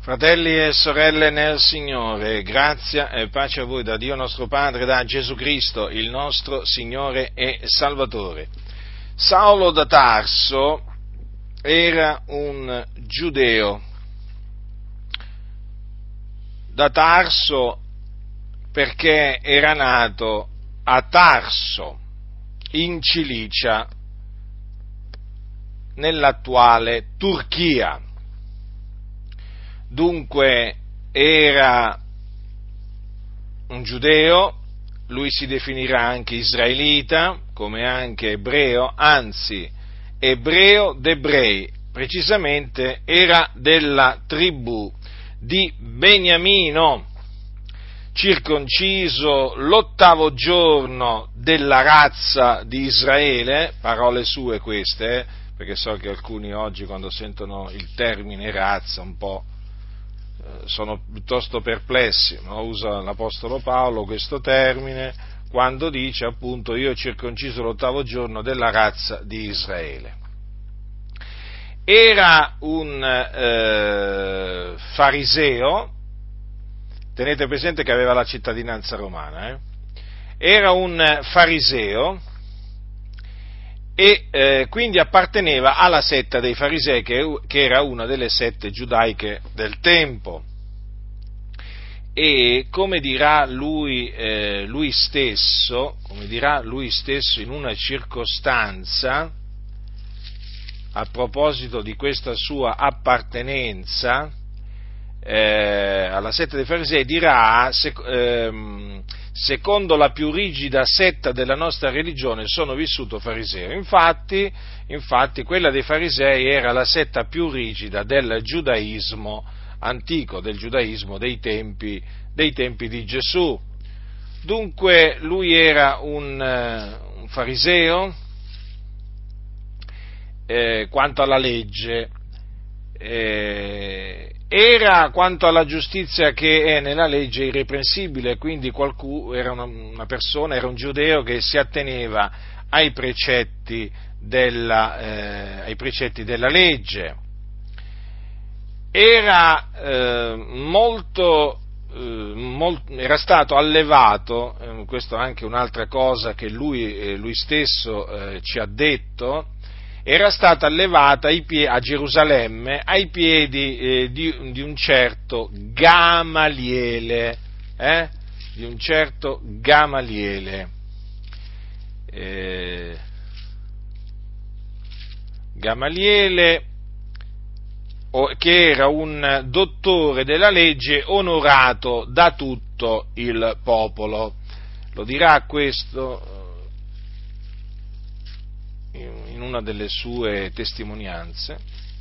Fratelli e sorelle nel Signore, grazia e pace a voi da Dio nostro Padre, da Gesù Cristo, il nostro Signore e Salvatore. Saulo da Tarso era un giudeo. Da Tarso perché era nato a Tarso, in Cilicia, nell'attuale Turchia. Dunque era un giudeo, lui si definirà anche israelita, come anche ebreo, anzi ebreo d'ebrei, precisamente era della tribù di Beniamino, circonciso l'8° giorno della razza di Israele, parole sue queste, perché so che alcuni oggi quando sentono il termine razza un po' sono piuttosto perplessi, ma usa l'Apostolo Paolo questo termine quando dice appunto io ho circonciso l'8° giorno della razza di Israele. Era un fariseo, tenete presente che aveva la cittadinanza romana, era un fariseo e quindi apparteneva alla setta dei farisei, che era una delle sette giudaiche del tempo. E come dirà lui stesso in una circostanza, a proposito di questa sua appartenenza alla setta dei farisei, dirà: secondo la più rigida setta della nostra religione sono vissuto fariseo. Infatti quella dei farisei era la setta più rigida del giudaismo antico, del giudaismo dei tempi di Gesù. Dunque lui era un fariseo quanto alla legge, era quanto alla giustizia che è nella legge irreprensibile, quindi era una persona, era un giudeo che si atteneva ai precetti della legge. Era era stato allevato, questo è anche un'altra cosa che lui stesso ci ha detto. Era stata allevata a Gerusalemme ai piedi di un certo Gamaliele, Gamaliele, che era un dottore della legge onorato da tutto il popolo. Lo dirà questo in una delle sue testimonianze,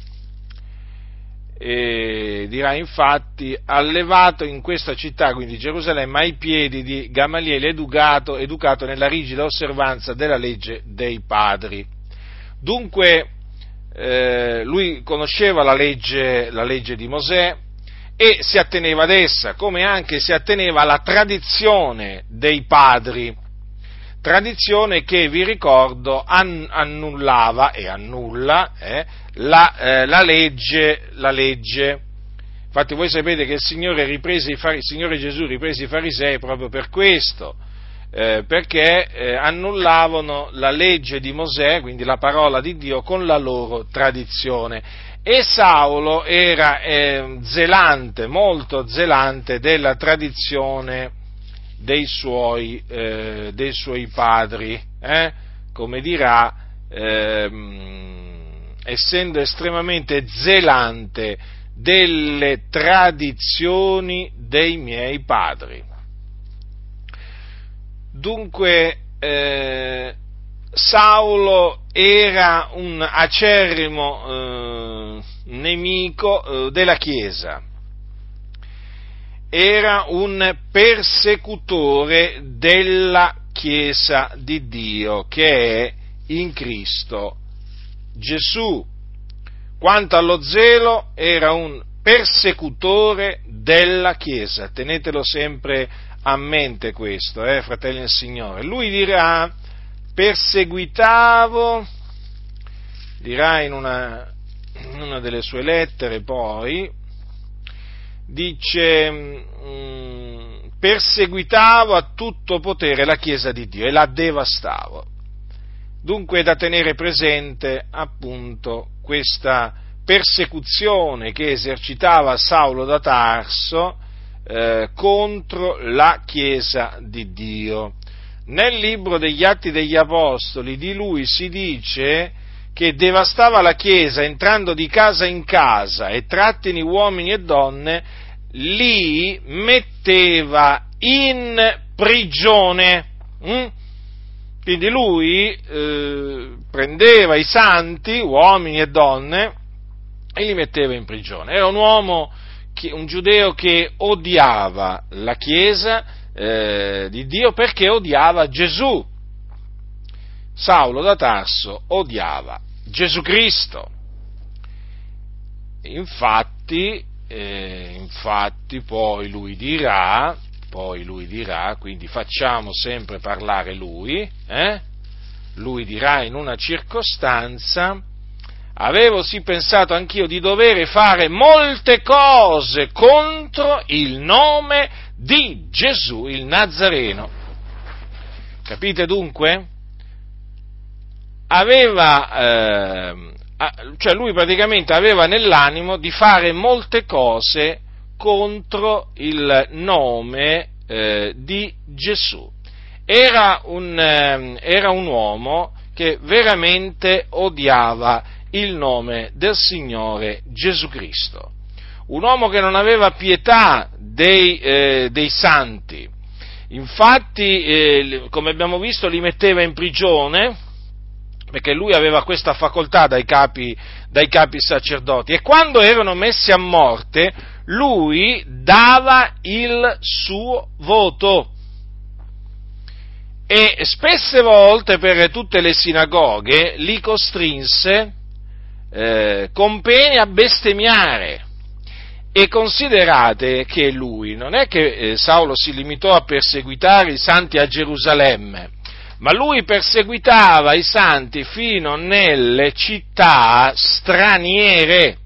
e dirà infatti: allevato in questa città, quindi Gerusalemme, ai piedi di Gamaliele, educato nella rigida osservanza della legge dei padri. Dunque lui conosceva la legge di Mosè e si atteneva ad essa, come anche si atteneva alla tradizione dei padri, tradizione che, vi ricordo, annullava e annulla la legge. Infatti voi sapete che il Signore Gesù riprese i farisei proprio per questo, perché annullavano la legge di Mosè, quindi la parola di Dio, con la loro tradizione. E Saulo era molto zelante della tradizione dei suoi padri, come dirà, essendo estremamente zelante delle tradizioni dei miei padri. Dunque Saulo era un acerrimo nemico della Chiesa. Era un persecutore della Chiesa di Dio, che è in Cristo Gesù. Quanto allo zelo, era un persecutore della Chiesa. Tenetelo sempre a mente questo, fratelli del Signore. Lui dirà: perseguitavo, dirà in una delle sue lettere poi, dice, perseguitavo a tutto potere la Chiesa di Dio e la devastavo. Dunque è da tenere presente appunto questa persecuzione che esercitava Saulo da Tarso contro la Chiesa di Dio. Nel libro degli Atti degli Apostoli di lui si dice che devastava la Chiesa entrando di casa in casa e trattini uomini e donne, li metteva in prigione. Quindi lui prendeva i santi, uomini e donne, e li metteva in prigione. Era un uomo, un giudeo che odiava la Chiesa di Dio perché odiava Gesù. Saulo da Tarso odiava Gesù Cristo. Infatti poi lui dirà, quindi facciamo sempre parlare lui dirà in una circostanza: avevo sì pensato anch'io di dover fare molte cose contro il nome di Gesù il Nazareno. Capite dunque? Lui praticamente aveva nell'animo di fare molte cose contro il nome di Gesù. Era un uomo che veramente odiava il nome del Signore Gesù Cristo, un uomo che non aveva pietà dei santi. Infatti, come abbiamo visto, li metteva in prigione, perché lui aveva questa facoltà dai capi sacerdoti, e quando erano messi a morte lui dava il suo voto. E spesse volte per tutte le sinagoghe li costrinse con pene a bestemmiare. E considerate che lui, non è che Saulo si limitò a perseguitare i santi a Gerusalemme, ma lui perseguitava i santi fino nelle città straniere.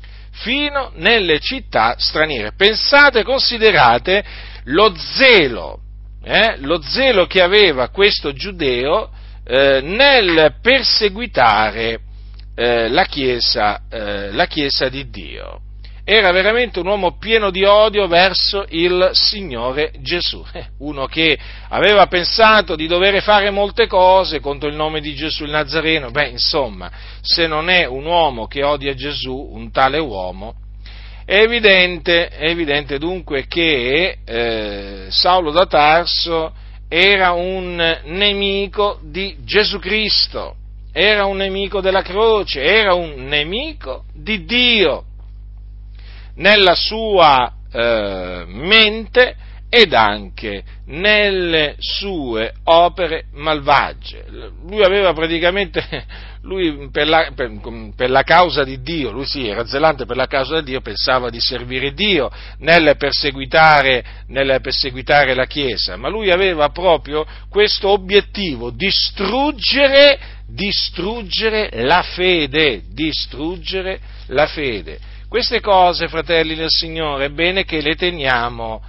Pensate, considerate lo zelo che aveva questo giudeo nel perseguitare la Chiesa di Dio. Era veramente un uomo pieno di odio verso il Signore Gesù, uno che aveva pensato di dover fare molte cose contro il nome di Gesù il Nazareno. Insomma, se non è un uomo che odia Gesù, un tale uomo, è evidente dunque che Saulo da Tarso era un nemico di Gesù Cristo, era un nemico della croce, era un nemico di Dio nella sua mente ed anche nelle sue opere malvagie. Lui aveva praticamente, per la causa di Dio, lui sì, era zelante per la causa di Dio, pensava di servire Dio nel perseguitare la Chiesa, ma lui aveva proprio questo obiettivo: distruggere la fede. Queste cose, fratelli del Signore, è bene che le teniamo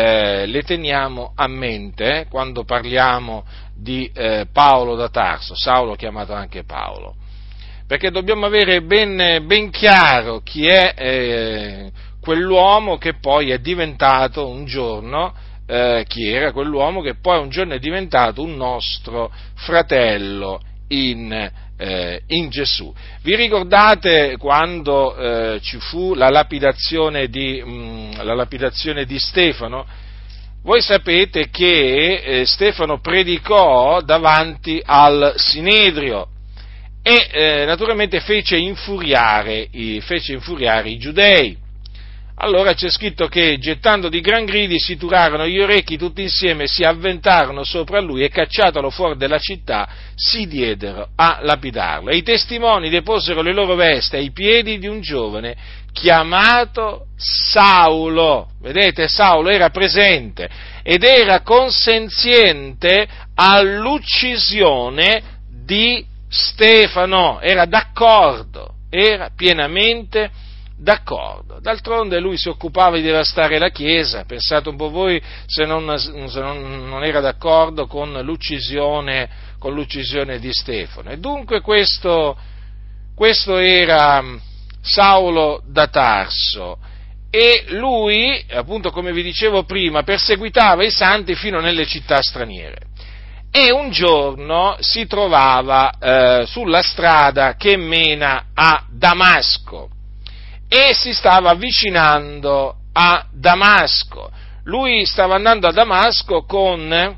a mente quando parliamo di Paolo da Tarso, Saulo chiamato anche Paolo, perché dobbiamo avere ben chiaro chi è quell'uomo che poi è diventato un giorno, chi era quell'uomo che poi un giorno è diventato un nostro fratello in Gesù. Vi ricordate quando ci fu la lapidazione di Stefano? Voi sapete che Stefano predicò davanti al Sinedrio e naturalmente fece infuriare i giudei. Allora c'è scritto che, gettando di gran gridi, si turarono gli orecchi tutti insieme, si avventarono sopra lui e, cacciatolo fuori della città, si diedero a lapidarlo. E i testimoni deposero le loro vesti ai piedi di un giovane chiamato Saulo. Vedete, Saulo era presente ed era consenziente all'uccisione di Stefano, era d'accordo, era pienamente d'accordo. D'altronde lui si occupava di devastare la Chiesa, pensate un po' voi se non era d'accordo con l'uccisione di Stefano. E dunque questo era Saulo da Tarso, e lui, appunto come vi dicevo prima, perseguitava i santi fino nelle città straniere. E un giorno si trovava sulla strada che mena a Damasco e si stava avvicinando a Damasco. Lui stava andando a Damasco con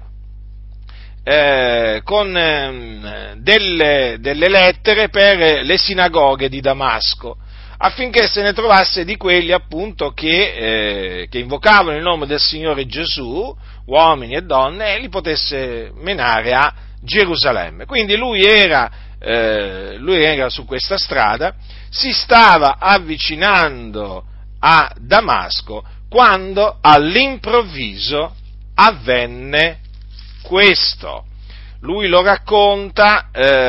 delle lettere per le sinagoghe di Damasco, affinché se ne trovasse di quelli appunto che invocavano il nome del Signore Gesù, uomini e donne, e li potesse menare a Gerusalemme. Quindi lui era su questa strada, si stava avvicinando a Damasco, quando all'improvviso avvenne questo. Lui lo racconta,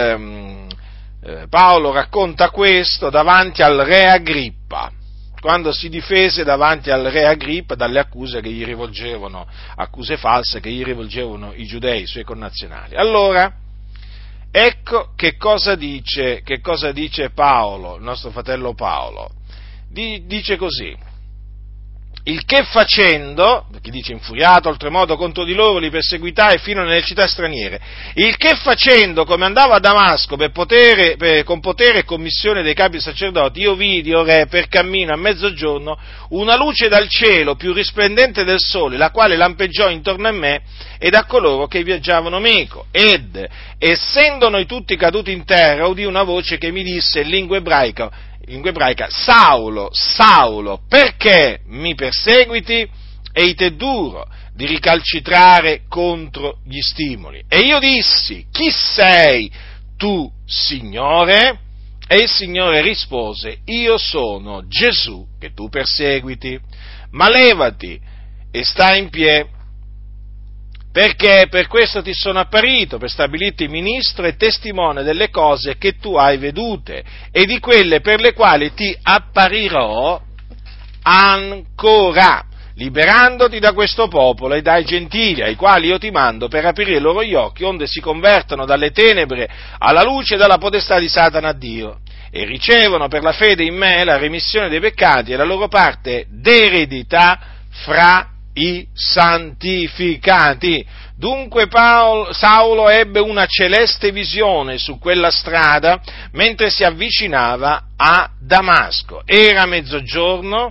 Paolo racconta questo davanti al re Agrippa, quando si difese davanti al re Agrippa dalle accuse che gli rivolgevano, accuse false che gli rivolgevano i giudei, i suoi connazionali. Allora, ecco che cosa dice Paolo, il nostro fratello Paolo. Dice così: il che facendo, perché dice infuriato oltremodo contro di loro, li perseguitai fino nelle città straniere, il che facendo, come andava a Damasco con potere e commissione dei capi sacerdoti, io vidi, o re, per cammino a mezzogiorno, una luce dal cielo più risplendente del sole, la quale lampeggiò intorno a me ed a coloro che viaggiavano meco, ed, essendo noi tutti caduti in terra, udì una voce che mi disse in lingua ebraica: Saulo, Saulo, perché mi perseguiti? Ehi te duro di ricalcitrare contro gli stimoli. E io dissi: chi sei tu, Signore? E il Signore rispose: io sono Gesù che tu perseguiti, ma levati e stai in piedi, perché per questo ti sono apparito, per stabilirti ministro e testimone delle cose che tu hai vedute e di quelle per le quali ti apparirò ancora, liberandoti da questo popolo e dai gentili, ai quali io ti mando per aprire i loro gli occhi, onde si convertano dalle tenebre alla luce e dalla potestà di Satana a Dio, e ricevono per la fede in me la remissione dei peccati e la loro parte d'eredità fra i santificati. Dunque Saulo ebbe una celeste visione su quella strada mentre si avvicinava a Damasco. Era mezzogiorno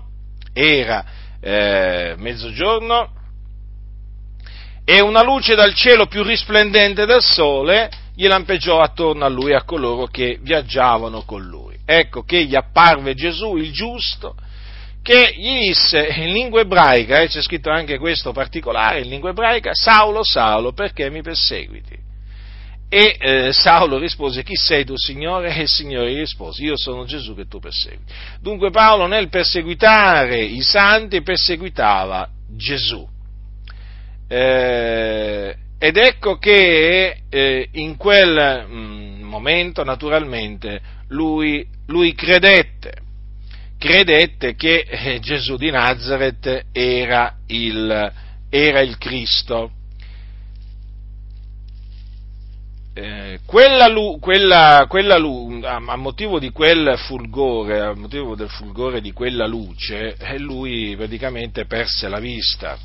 e una luce dal cielo più risplendente del sole gli lampeggiò attorno a lui e a coloro che viaggiavano con lui. Ecco che gli apparve Gesù, il giusto, che gli disse in lingua ebraica, c'è scritto anche questo particolare in lingua ebraica: Saulo, Saulo, perché mi perseguiti? E Saulo rispose: chi sei tu, Signore? E il Signore gli rispose: io sono Gesù che tu persegui. Dunque Paolo nel perseguitare i santi perseguitava Gesù. Ed ecco che in quel momento naturalmente lui credette che Gesù di Nazaret era il Cristo. A motivo di quel fulgore, a motivo del fulgore di quella luce, lui praticamente perse la vista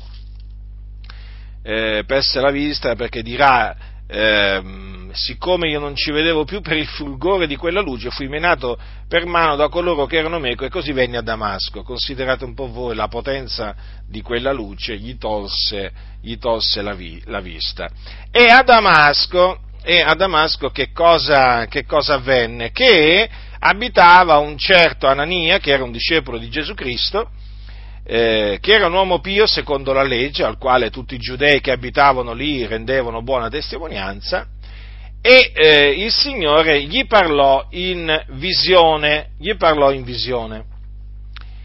perché dirà: siccome io non ci vedevo più per il fulgore di quella luce, fui menato per mano da coloro che erano meco e così venni a Damasco. Considerate un po' voi la potenza di quella luce, gli tolse la vista. E a Damasco che cosa avvenne? Che abitava un certo Anania, che era un discepolo di Gesù Cristo, che era un uomo pio secondo la legge, al quale tutti i giudei che abitavano lì rendevano buona testimonianza, e il Signore gli parlò in visione.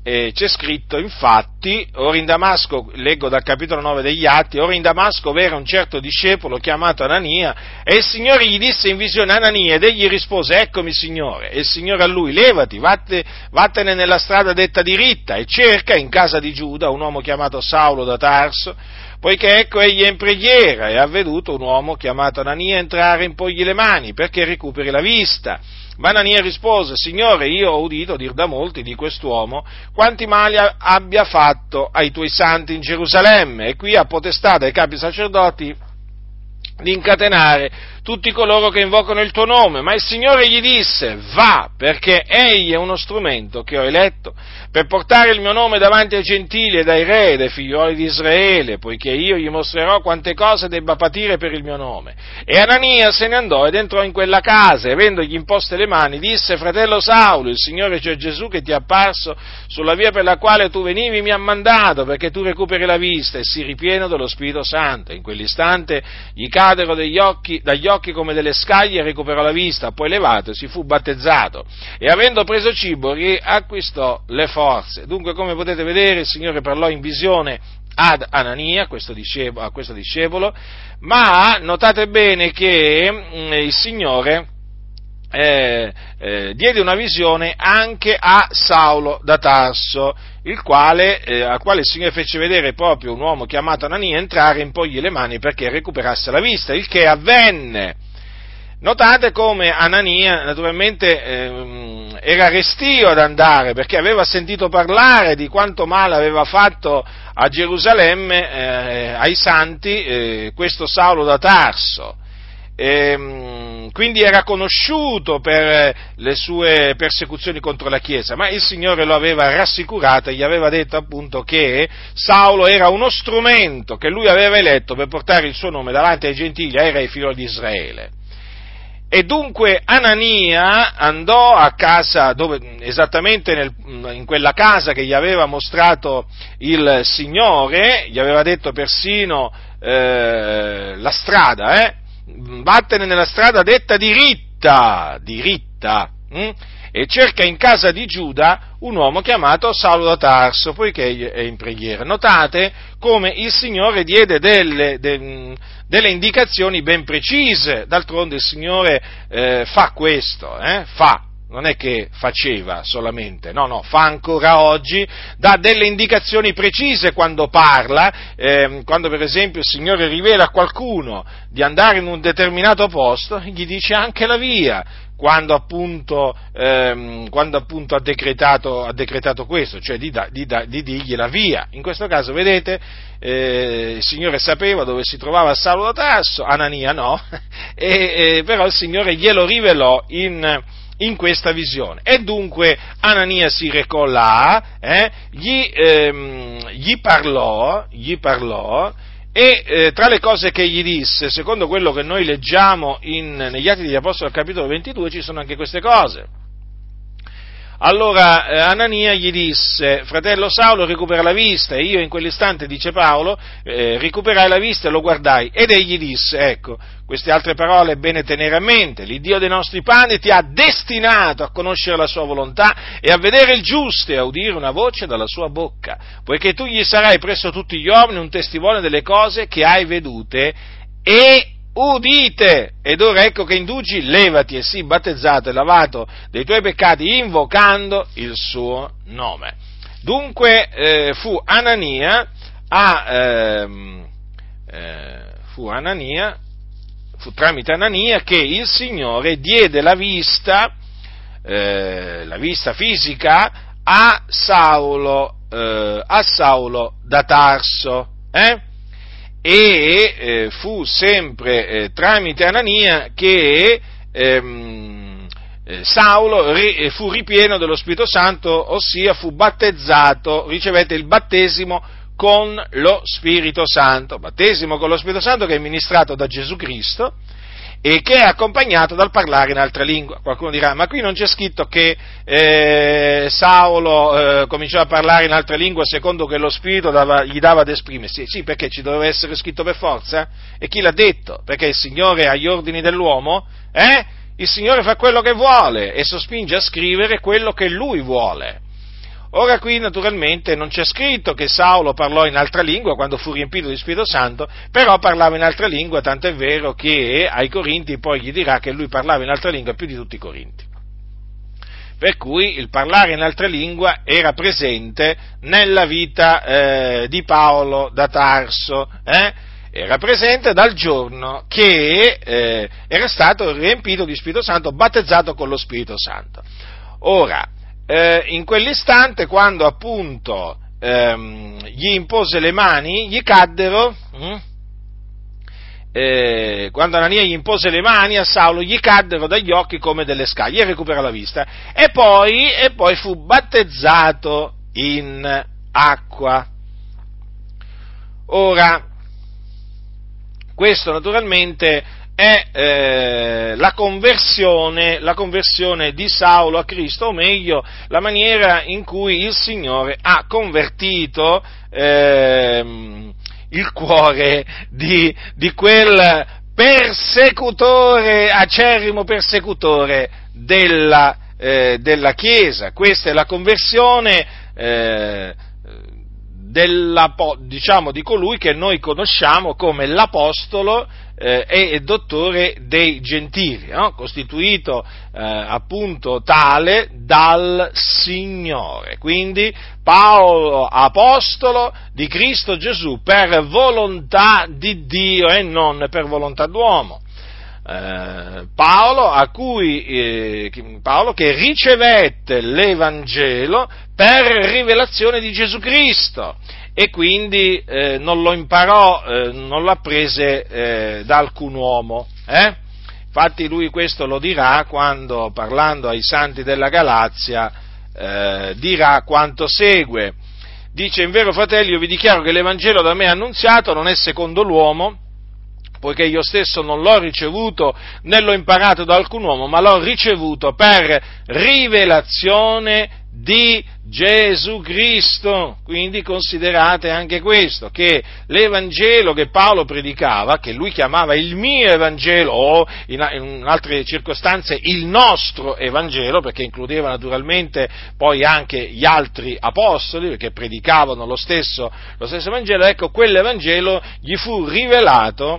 c'è scritto infatti, ora in Damasco, leggo dal capitolo 9 degli Atti, ora in Damasco v'era un certo discepolo chiamato Anania, e il Signore gli disse in visione: Anania, ed egli rispose: eccomi, Signore. E il Signore a lui: levati, vattene nella strada detta diritta, e cerca in casa di Giuda un uomo chiamato Saulo da Tarso, poiché ecco egli è in preghiera, e ha veduto un uomo chiamato Anania entrare e impogli le mani, perché recuperi la vista. Ma Anania rispose: Signore, io ho udito dir da molti di quest'uomo quanti mali abbia fatto ai tuoi santi in Gerusalemme, e qui ha potestà dai capi sacerdoti di incatenare tutti coloro che invocano il tuo nome. Ma il Signore gli disse: va, perché egli è uno strumento che ho eletto per portare il mio nome davanti ai gentili e dai re e dai figlioli di Israele, poiché io gli mostrerò quante cose debba patire per il mio nome. E Anania se ne andò ed entrò in quella casa, e avendogli imposte le mani disse: fratello Saulo, il Signore, cioè Gesù, che ti è apparso sulla via per la quale tu venivi, mi ha mandato perché tu recuperi la vista e sii ripieno dello Spirito Santo. In quell'istante gli cadero dagli occhi come delle scaglie, e recuperò la vista, poi levatosi fu battezzato, e avendo preso cibo riacquistò le forze. Dunque, come potete vedere, il Signore parlò in visione ad Anania, a questo discepolo, ma notate bene che il Signore diede una visione anche a Saulo da Tarso, al quale il Signore fece vedere proprio un uomo chiamato Anania entrare e impogli le mani perché recuperasse la vista, il che avvenne. Notate come Anania naturalmente era restio ad andare, perché aveva sentito parlare di quanto male aveva fatto a Gerusalemme ai santi questo Saulo da Tarso. Quindi era conosciuto per le sue persecuzioni contro la Chiesa, ma il Signore lo aveva rassicurato e gli aveva detto appunto che Saulo era uno strumento che lui aveva eletto per portare il suo nome davanti ai gentili, ai re e ai figli di Israele. E dunque Anania andò a casa, esattamente in quella casa che gli aveva mostrato il Signore, gli aveva detto persino la strada, vattene nella strada detta diritta, e cerca in casa di Giuda un uomo chiamato Saulo da Tarso, poiché è in preghiera. Notate come il Signore diede delle indicazioni ben precise. D'altronde il Signore fa questo, non è che faceva solamente, no, fa ancora oggi, dà delle indicazioni precise quando parla, quando per esempio il Signore rivela a qualcuno di andare in un determinato posto, gli dice anche la via, quando appunto ha decretato questo, cioè di dirgli la via. In questo caso, vedete, il Signore sapeva dove si trovava Saulo da Tarso, Anania no, però il Signore glielo rivelò in questa visione. E dunque Anania si recò là, gli parlò, e tra le cose che gli disse, secondo quello che noi leggiamo negli Atti degli Apostoli al capitolo 22, ci sono anche queste cose. Allora Anania gli disse: fratello Saulo, recupera la vista. E io in quell'istante, dice Paolo, recuperai la vista e lo guardai. Ed egli disse: ecco, queste altre parole è bene tenere a mente. L'Iddio dei nostri padri ti ha destinato a conoscere la sua volontà e a vedere il giusto e a udire una voce dalla sua bocca, poiché tu gli sarai presso tutti gli uomini un testimone delle cose che hai vedute e udite. Ed ora ecco che indugi, levati e sii battezzato e lavato dei tuoi peccati, invocando il suo nome. Dunque fu tramite Anania che il Signore diede la vista fisica a Saulo da Tarso, e fu sempre tramite Anania che Saulo fu ripieno dello Spirito Santo, ossia fu battezzato, ricevette il battesimo con lo Spirito Santo, battesimo con lo Spirito Santo che è ministrato da Gesù Cristo e che è accompagnato dal parlare in altra lingua. Qualcuno dirà: ma qui non c'è scritto che Saulo cominciò a parlare in altra lingua secondo che lo Spirito gli dava ad esprimersi? Sì, perché ci doveva essere scritto per forza? E chi l'ha detto? Perché il Signore ha gli ordini dell'uomo? Il Signore fa quello che vuole e sospinge a scrivere quello che Lui vuole. Ora qui naturalmente non c'è scritto che Saulo parlò in altra lingua quando fu riempito di Spirito Santo, però parlava in altra lingua, tanto è vero che ai Corinti poi gli dirà che lui parlava in altra lingua più di tutti i Corinti. Per cui il parlare in altra lingua era presente nella vita di Paolo da Tarso, era presente dal giorno che era stato riempito di Spirito Santo, battezzato con lo Spirito Santo. Ora, in quell'istante, quando appunto gli impose le mani, gli caddero, quando Anania gli impose le mani a Saulo, gli caddero dagli occhi come delle scaglie, e recuperò la vista, e poi fu battezzato in acqua. Ora, questo naturalmente è la conversione di Saulo a Cristo, o meglio, la maniera in cui il Signore ha convertito il cuore di quel persecutore, acerrimo persecutore della Chiesa. Questa è la conversione di colui che noi conosciamo come l'apostolo e dottore dei gentili, no? Costituito appunto tale dal Signore. Quindi Paolo apostolo di Cristo Gesù per volontà di Dio e non per volontà d'uomo. Paolo che ricevette l'Evangelo per rivelazione di Gesù Cristo e quindi non lo imparò, non lo apprese da alcun uomo. Infatti lui questo lo dirà quando, parlando ai santi della Galazia, dirà quanto segue. Dice: in vero, fratelli, io vi dichiaro che l'Evangelo da me annunziato non è secondo l'uomo, poiché io stesso non l'ho ricevuto né l'ho imparato da alcun uomo, ma l'ho ricevuto per rivelazione di Gesù Cristo. Quindi considerate anche questo, che l'Evangelo che Paolo predicava, che lui chiamava il mio Evangelo, o in altre circostanze il nostro Evangelo, perché includeva naturalmente poi anche gli altri apostoli, perché predicavano lo stesso Evangelo, ecco, quell'Evangelo gli fu rivelato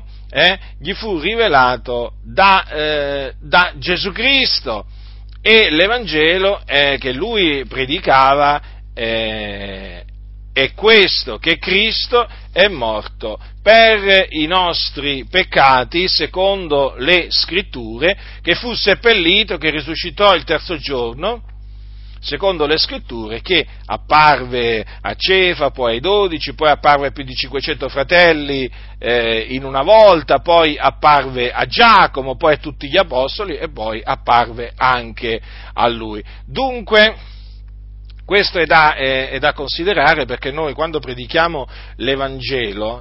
da Gesù Cristo. E l'Evangelo che lui predicava è questo, che Cristo è morto per i nostri peccati, secondo le Scritture, che fu seppellito, che risuscitò il terzo giorno, secondo le Scritture, che apparve a Cefa, poi ai 12, poi apparve a più di 500 fratelli in una volta, poi apparve a Giacomo, poi a tutti gli apostoli e poi apparve anche a lui. Dunque, questo è da considerare, perché noi quando predichiamo l'Evangelo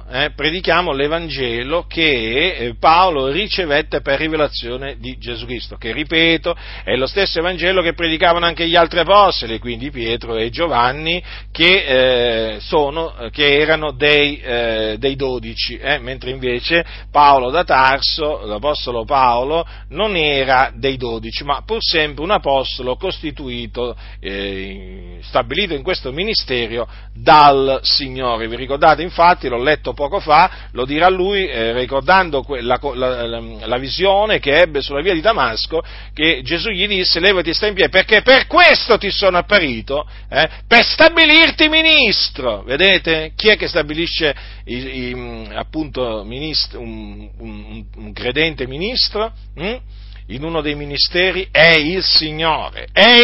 che Paolo ricevette per rivelazione di Gesù Cristo, che, ripeto, è lo stesso Evangelo che predicavano anche gli altri apostoli, quindi Pietro e Giovanni, che erano dei 12, mentre invece Paolo da Tarso, l'apostolo Paolo, non era dei 12, ma pur sempre un apostolo costituito, stabilito in questo ministero dal Signore. Vi ricordate, infatti, l'ho letto poco fa, lo dirà lui, ricordando la visione che ebbe sulla via di Damasco, che Gesù gli disse: levati e stai in piedi, perché per questo ti sono apparito, per stabilirti ministro. Vedete? Chi è che stabilisce appunto un credente ministro? In uno dei ministeri? È il Signore,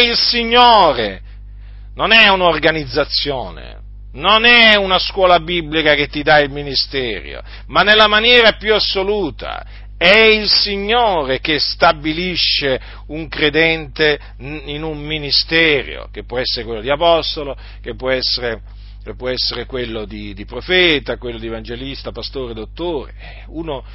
non è un'organizzazione, non è una scuola biblica che ti dà il ministero, ma nella maniera più assoluta è il Signore che stabilisce un credente in un ministero, che può essere quello di apostolo, che può essere quello di profeta, quello di evangelista, pastore, dottore, uno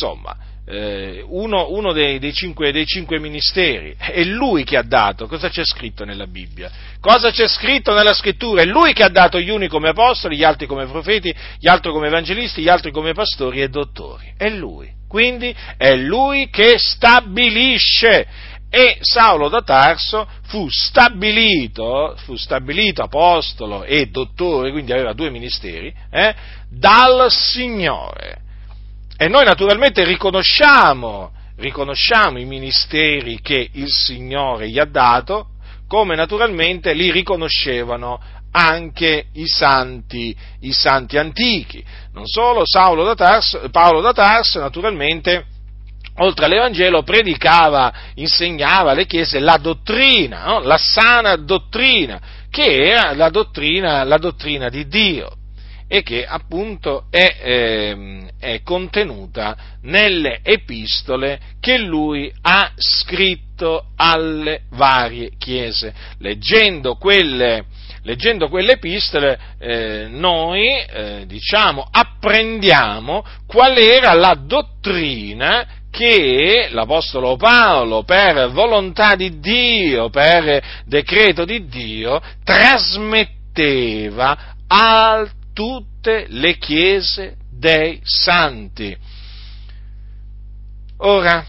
dei cinque ministeri. È Lui che ha dato. Cosa c'è scritto nella Bibbia? Cosa c'è scritto nella Scrittura? È Lui che ha dato gli uni come apostoli, gli altri come profeti, gli altri come evangelisti, gli altri come pastori e dottori. È Lui. Quindi è Lui che stabilisce. E Saulo da Tarso fu stabilito apostolo e dottore, quindi aveva 2 ministeri, dal Signore. E noi naturalmente riconosciamo i ministeri che il Signore gli ha dato, come naturalmente li riconoscevano anche i santi antichi. Non solo, Paolo da Tarso naturalmente, oltre all'Evangelo, predicava, insegnava alle chiese la dottrina, no? La sana dottrina, che era la dottrina di Dio, e che appunto è contenuta nelle epistole che lui ha scritto alle varie chiese. Leggendo quelle epistole noi apprendiamo qual era la dottrina che l'Apostolo Paolo, per volontà di Dio, per decreto di Dio, trasmetteva a tutte le chiese dei santi. Ora,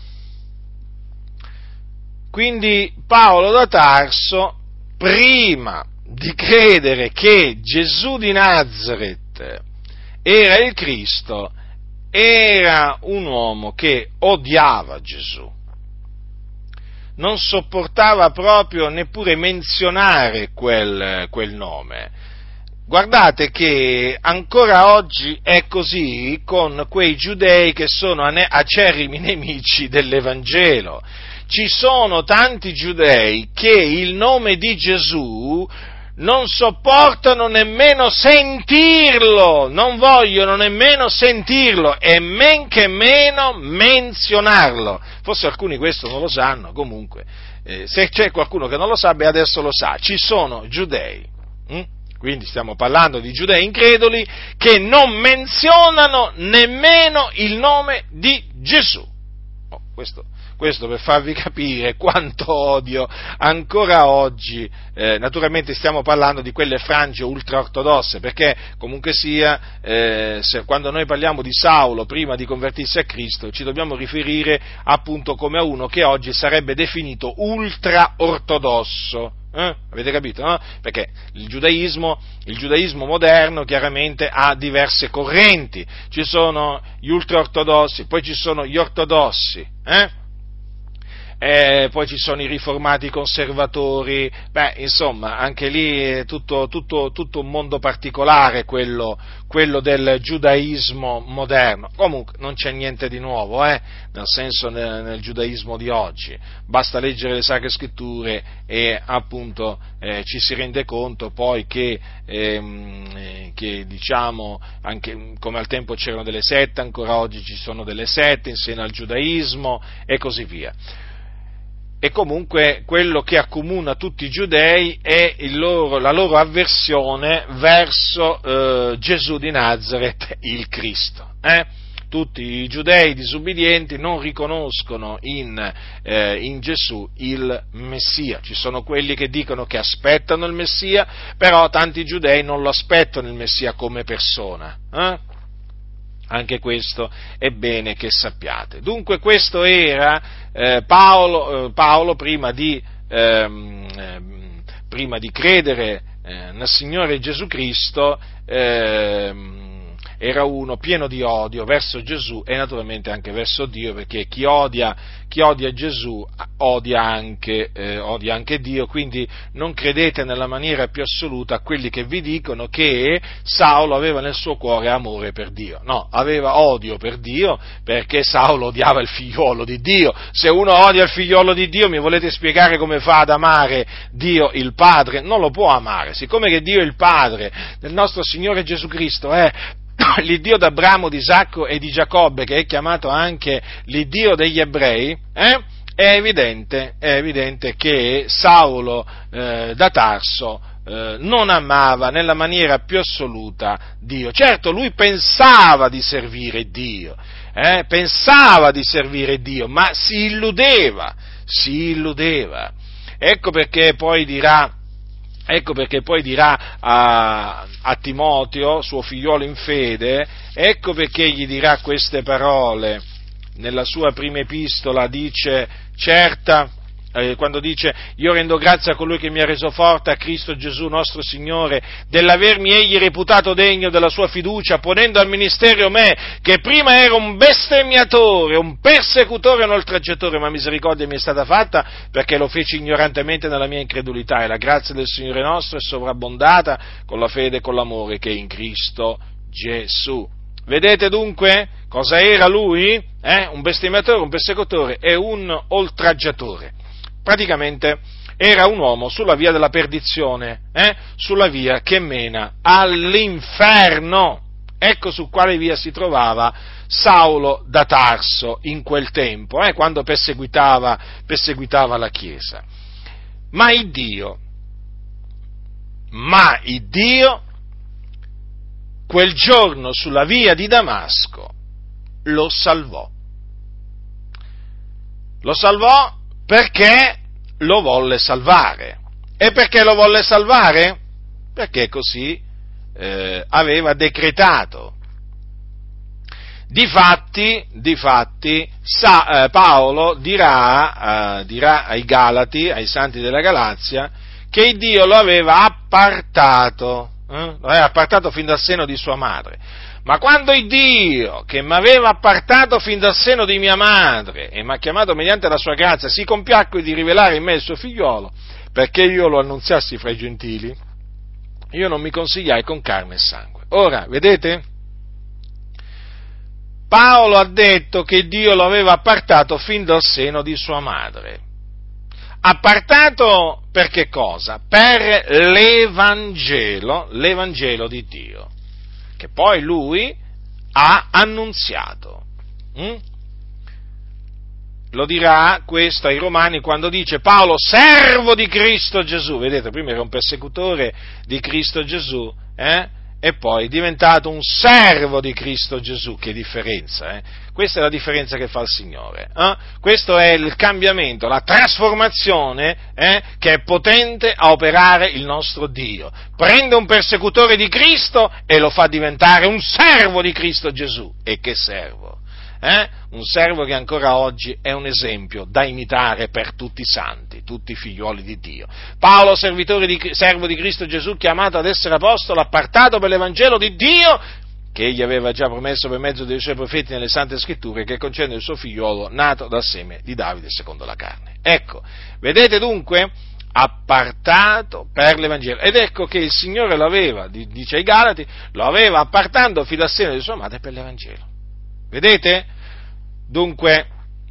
quindi Paolo da Tarso, prima di credere che Gesù di Nazaret era il Cristo, era un uomo che odiava Gesù, non sopportava proprio neppure menzionare quel nome. Guardate che ancora oggi è così con quei giudei che sono acerrimi nemici dell'Evangelo. Ci sono tanti giudei che il nome di Gesù non sopportano nemmeno sentirlo, non vogliono nemmeno sentirlo e men che meno menzionarlo. Forse alcuni questo non lo sanno, comunque, se c'è qualcuno che non lo sa, beh, adesso lo sa. Ci sono giudei, quindi stiamo parlando di giudei increduli, che non menzionano nemmeno il nome di Gesù. Questo per farvi capire quanto odio ancora oggi, naturalmente stiamo parlando di quelle frange ultraortodosse, perché comunque sia, quando noi parliamo di Saulo prima di convertirsi a Cristo, ci dobbiamo riferire appunto come a uno che oggi sarebbe definito ultraortodosso. Avete capito, no? Perché il giudaismo moderno chiaramente ha diverse correnti, ci sono gli ultraortodossi, poi ci sono gli ortodossi, poi ci sono i riformati conservatori, insomma, anche lì è tutto un mondo particolare quello del giudaismo moderno. Comunque non c'è niente di nuovo, nel senso nel giudaismo di oggi. Basta leggere le Sacre Scritture e appunto ci si rende conto poi che diciamo, anche come al tempo c'erano delle sette, ancora oggi ci sono delle sette in seno al giudaismo e così via. E comunque quello che accomuna tutti i giudei è la loro avversione verso Gesù di Nazaret, il Cristo. Tutti i giudei disubbidienti non riconoscono in Gesù il Messia. Ci sono quelli che dicono che aspettano il Messia, però tanti giudei non lo aspettano il Messia come persona. Anche questo è bene che sappiate. Dunque questo era Paolo prima di credere nel Signore Gesù Cristo, era uno pieno di odio verso Gesù e naturalmente anche verso Dio, perché chi odia Gesù odia anche Dio. Quindi non credete nella maniera più assoluta a quelli che vi dicono che Saulo aveva nel suo cuore amore per Dio. No, aveva odio per Dio, perché Saulo odiava il figliuolo di Dio. Se uno odia il figliuolo di Dio, mi volete spiegare come fa ad amare Dio il Padre? Non lo può amare. Siccome che Dio il Padre del nostro Signore Gesù Cristo è l'Iddio d'Abramo, di Isacco e di Giacobbe, che è chiamato anche l'Iddio degli ebrei, è evidente che Saulo da Tarso non amava nella maniera più assoluta Dio. Certo, lui pensava di servire Dio, ma si illudeva. Ecco perché poi dirà a Timoteo, suo figliolo in fede, ecco perché gli dirà queste parole nella sua prima epistola dice certa, quando dice io rendo grazie a colui che mi ha reso forte, a Cristo Gesù nostro Signore, dell'avermi egli reputato degno della sua fiducia, ponendo al ministero me, che prima ero un bestemmiatore, un persecutore e un oltraggiatore, ma misericordia mi è stata fatta perché lo feci ignorantemente nella mia incredulità, e la grazia del Signore nostro è sovrabbondata con la fede e con l'amore che è in Cristo Gesù. Vedete dunque cosa era lui? Un bestemmiatore, un persecutore e un oltraggiatore. Praticamente era un uomo sulla via della perdizione, sulla via che mena all'inferno. Ecco su quale via si trovava Saulo da Tarso in quel tempo, quando perseguitava la Chiesa. Ma il Dio, quel giorno sulla via di Damasco lo salvò. Lo salvò perché lo volle salvare. E perché lo volle salvare? Perché così aveva decretato. Difatti, Paolo dirà ai Galati, ai santi della Galazia, che Dio lo aveva appartato fin dal seno di sua madre. Ma quando il Dio, che mi aveva appartato fin dal seno di mia madre e mi ha chiamato mediante la sua grazia, si compiacque di rivelare in me il suo figliolo, perché io lo annunziassi fra i gentili, io non mi consigliai con carne e sangue. Ora, vedete? Paolo ha detto che Dio lo aveva appartato fin dal seno di sua madre. Appartato per che cosa? Per l'Evangelo di Dio, che poi lui ha annunziato. Lo dirà questo ai Romani quando dice Paolo, servo di Cristo Gesù. Vedete, prima era un persecutore di Cristo Gesù, e poi è diventato un servo di Cristo Gesù. Che differenza, Questa è la differenza che fa il Signore. Questo è il cambiamento, la trasformazione che è potente a operare il nostro Dio. Prende un persecutore di Cristo e lo fa diventare un servo di Cristo Gesù. E che servo? Un servo che ancora oggi è un esempio da imitare per tutti i santi, tutti i figlioli di Dio. Paolo, servo di Cristo Gesù, chiamato ad essere apostolo, appartato per l'Evangelo di Dio, che egli aveva già promesso per mezzo dei suoi profeti nelle Sante Scritture, che concerne il suo figliolo nato dal seme di Davide secondo la carne. Ecco, vedete dunque? Appartato per l'Evangelo. Ed ecco che il Signore l'aveva, dice ai Galati, lo aveva appartando fin dal seno di sua madre per l'Evangelo. Vedete? Dunque,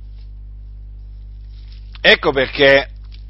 ecco perché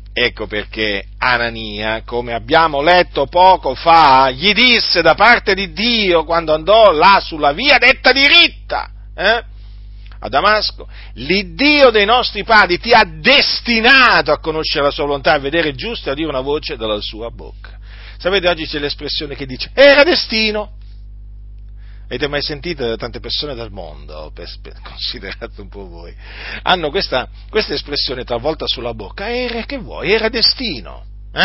Anania, come abbiamo letto poco fa, gli disse da parte di Dio, quando andò là sulla via detta diritta, a Damasco, l'Iddio dei nostri padri ti ha destinato a conoscere la sua volontà, a vedere il giusto e a dire una voce dalla sua bocca. Sapete, oggi c'è l'espressione che dice, era destino. Avete mai sentito tante persone del mondo, considerate un po' voi, hanno questa espressione talvolta sulla bocca, che vuoi, era destino,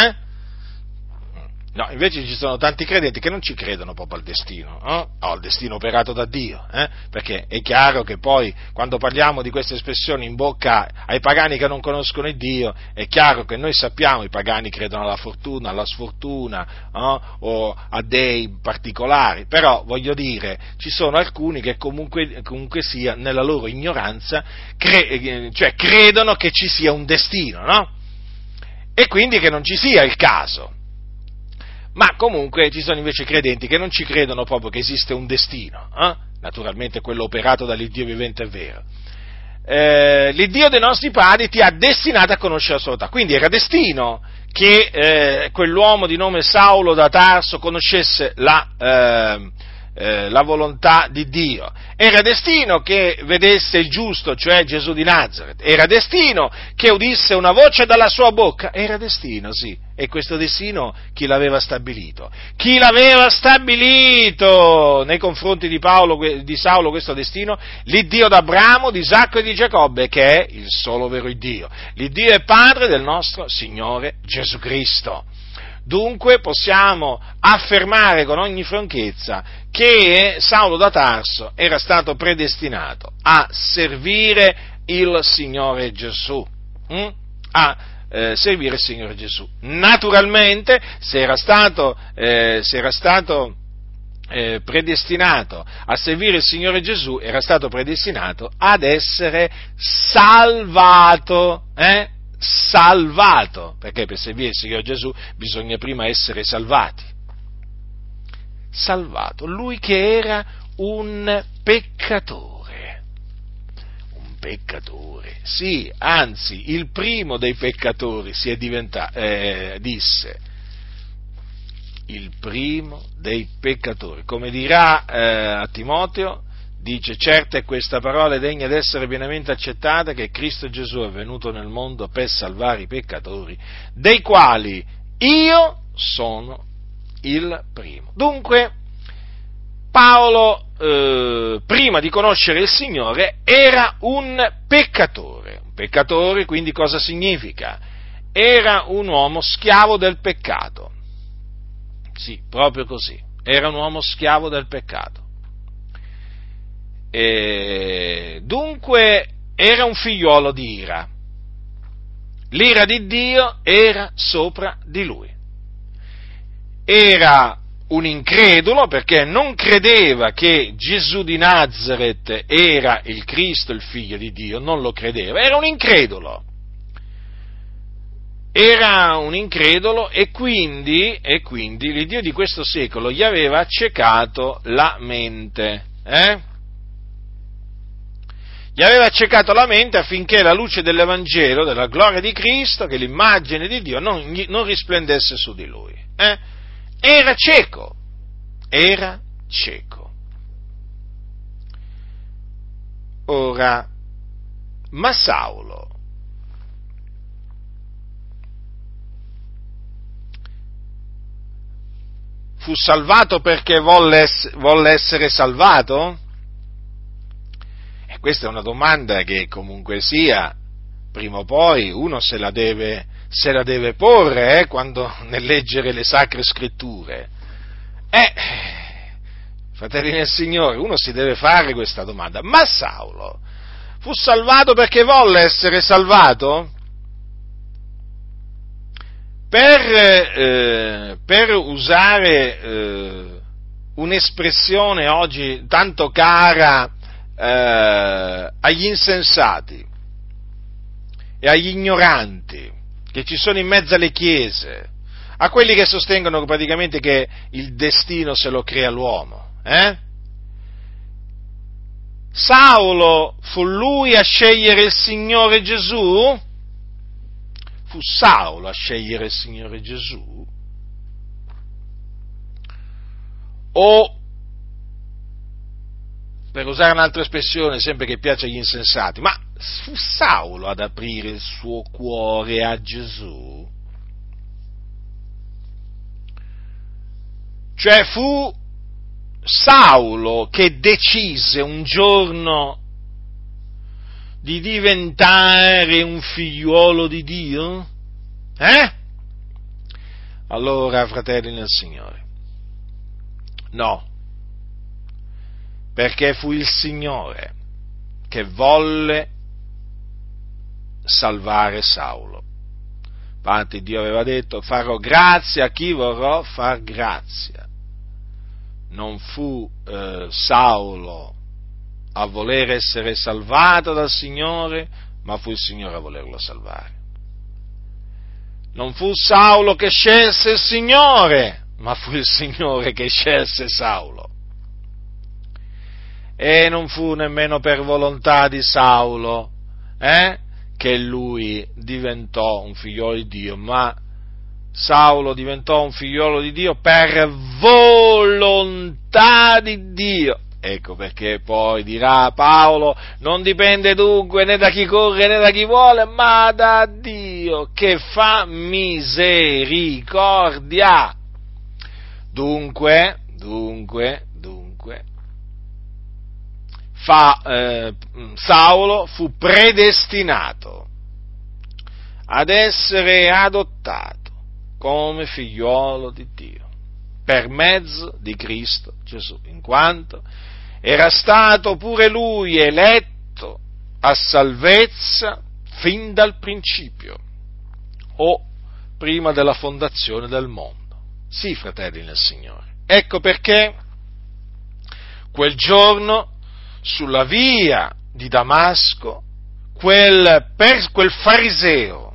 No, invece ci sono tanti credenti che non ci credono proprio al destino, al destino operato da Dio, perché è chiaro che poi quando parliamo di queste espressioni in bocca ai pagani che non conoscono il Dio, è chiaro che noi sappiamo, i pagani credono alla fortuna, alla sfortuna, o a dei particolari, però voglio dire, ci sono alcuni che comunque sia nella loro ignoranza, credono che ci sia un destino, no? E quindi che non ci sia il caso. Ma comunque ci sono invece credenti che non ci credono proprio che esiste un destino, naturalmente quello operato dall'Iddio vivente e vero. L'Iddio dei nostri padri ti ha destinato a conoscere la sua volontà, quindi era destino che quell'uomo di nome Saulo da Tarso conoscesse la volontà di Dio. Era destino che vedesse il giusto, cioè Gesù di Nazaret. Era destino che udisse una voce dalla sua bocca. Era destino, sì. E questo destino chi l'aveva stabilito? Chi l'aveva stabilito nei confronti di Saulo questo destino? L'Iddio d'Abramo, di Isacco e di Giacobbe, che è il solo vero Dio. L'Iddio e Padre del nostro Signore Gesù Cristo. Dunque possiamo affermare con ogni franchezza che Saulo da Tarso era stato predestinato a servire il Signore Gesù, servire il Signore Gesù. Naturalmente, se era stato predestinato a servire il Signore Gesù, era stato predestinato ad essere salvato, salvato, perché per servire il Signore Gesù bisogna prima essere salvati. Salvato, lui che era un peccatore, sì, anzi, il primo dei peccatori si è disse, il primo dei peccatori, come dirà a Timoteo, dice: certa è questa parola degna d'essere pienamente accettata, che Cristo Gesù è venuto nel mondo per salvare i peccatori, dei quali io sono il primo. Dunque, Paolo, prima di conoscere il Signore, era un peccatore. Un peccatore, quindi, cosa significa? Era un uomo schiavo del peccato. Sì, proprio così. Era un uomo schiavo del peccato. E dunque era un figliuolo di ira. L'ira di Dio era sopra di lui. Era un incredulo perché non credeva che Gesù di Nazaret era il Cristo, il figlio di Dio, non lo credeva, era un incredulo. Era un incredulo e quindi l'Iddio di questo secolo gli aveva accecato la mente, Gli aveva accecato la mente affinché la luce dell'Evangelo, della gloria di Cristo, che è l'immagine di Dio, non risplendesse su di lui. Era cieco. Ora, ma Saulo fu salvato perché volle essere salvato? E questa è una domanda che comunque sia, prima o poi uno se la deve porre quando nel leggere le Sacre Scritture. Fratelli nel Signore, uno si deve fare questa domanda. Ma Saulo fu salvato perché volle essere salvato? Per usare un'espressione oggi tanto cara agli insensati e agli ignoranti che ci sono in mezzo alle chiese, a quelli che sostengono praticamente che il destino se lo crea l'uomo. Saulo fu lui a scegliere il Signore Gesù? Fu Saulo a scegliere il Signore Gesù? O, per usare un'altra espressione, sempre che piace agli insensati, ma fu Saulo ad aprire il suo cuore a Gesù? Cioè fu Saulo che decise un giorno di diventare un figliuolo di Dio? Allora, fratelli nel Signore, no, perché fu il Signore che volle salvare Saulo. Infatti Dio aveva detto: farò grazia a chi vorrò far grazia. Non fu Saulo a voler essere salvato dal Signore, ma fu il Signore a volerlo salvare. Non fu Saulo che scelse il Signore, ma fu il Signore che scelse Saulo. E non fu nemmeno per volontà di Saulo che lui diventò un figliolo di Dio, ma Saulo diventò un figliolo di Dio per volontà di Dio. Ecco perché poi dirà Paolo: non dipende dunque né da chi corre né da chi vuole, ma da Dio che fa misericordia. Dunque, Saulo fu predestinato ad essere adottato come figliuolo di Dio, per mezzo di Cristo Gesù, in quanto era stato pure lui eletto a salvezza fin dal principio, o prima della fondazione del mondo. Sì, fratelli nel Signore. Ecco perché quel giorno, sulla via di Damasco, quel fariseo,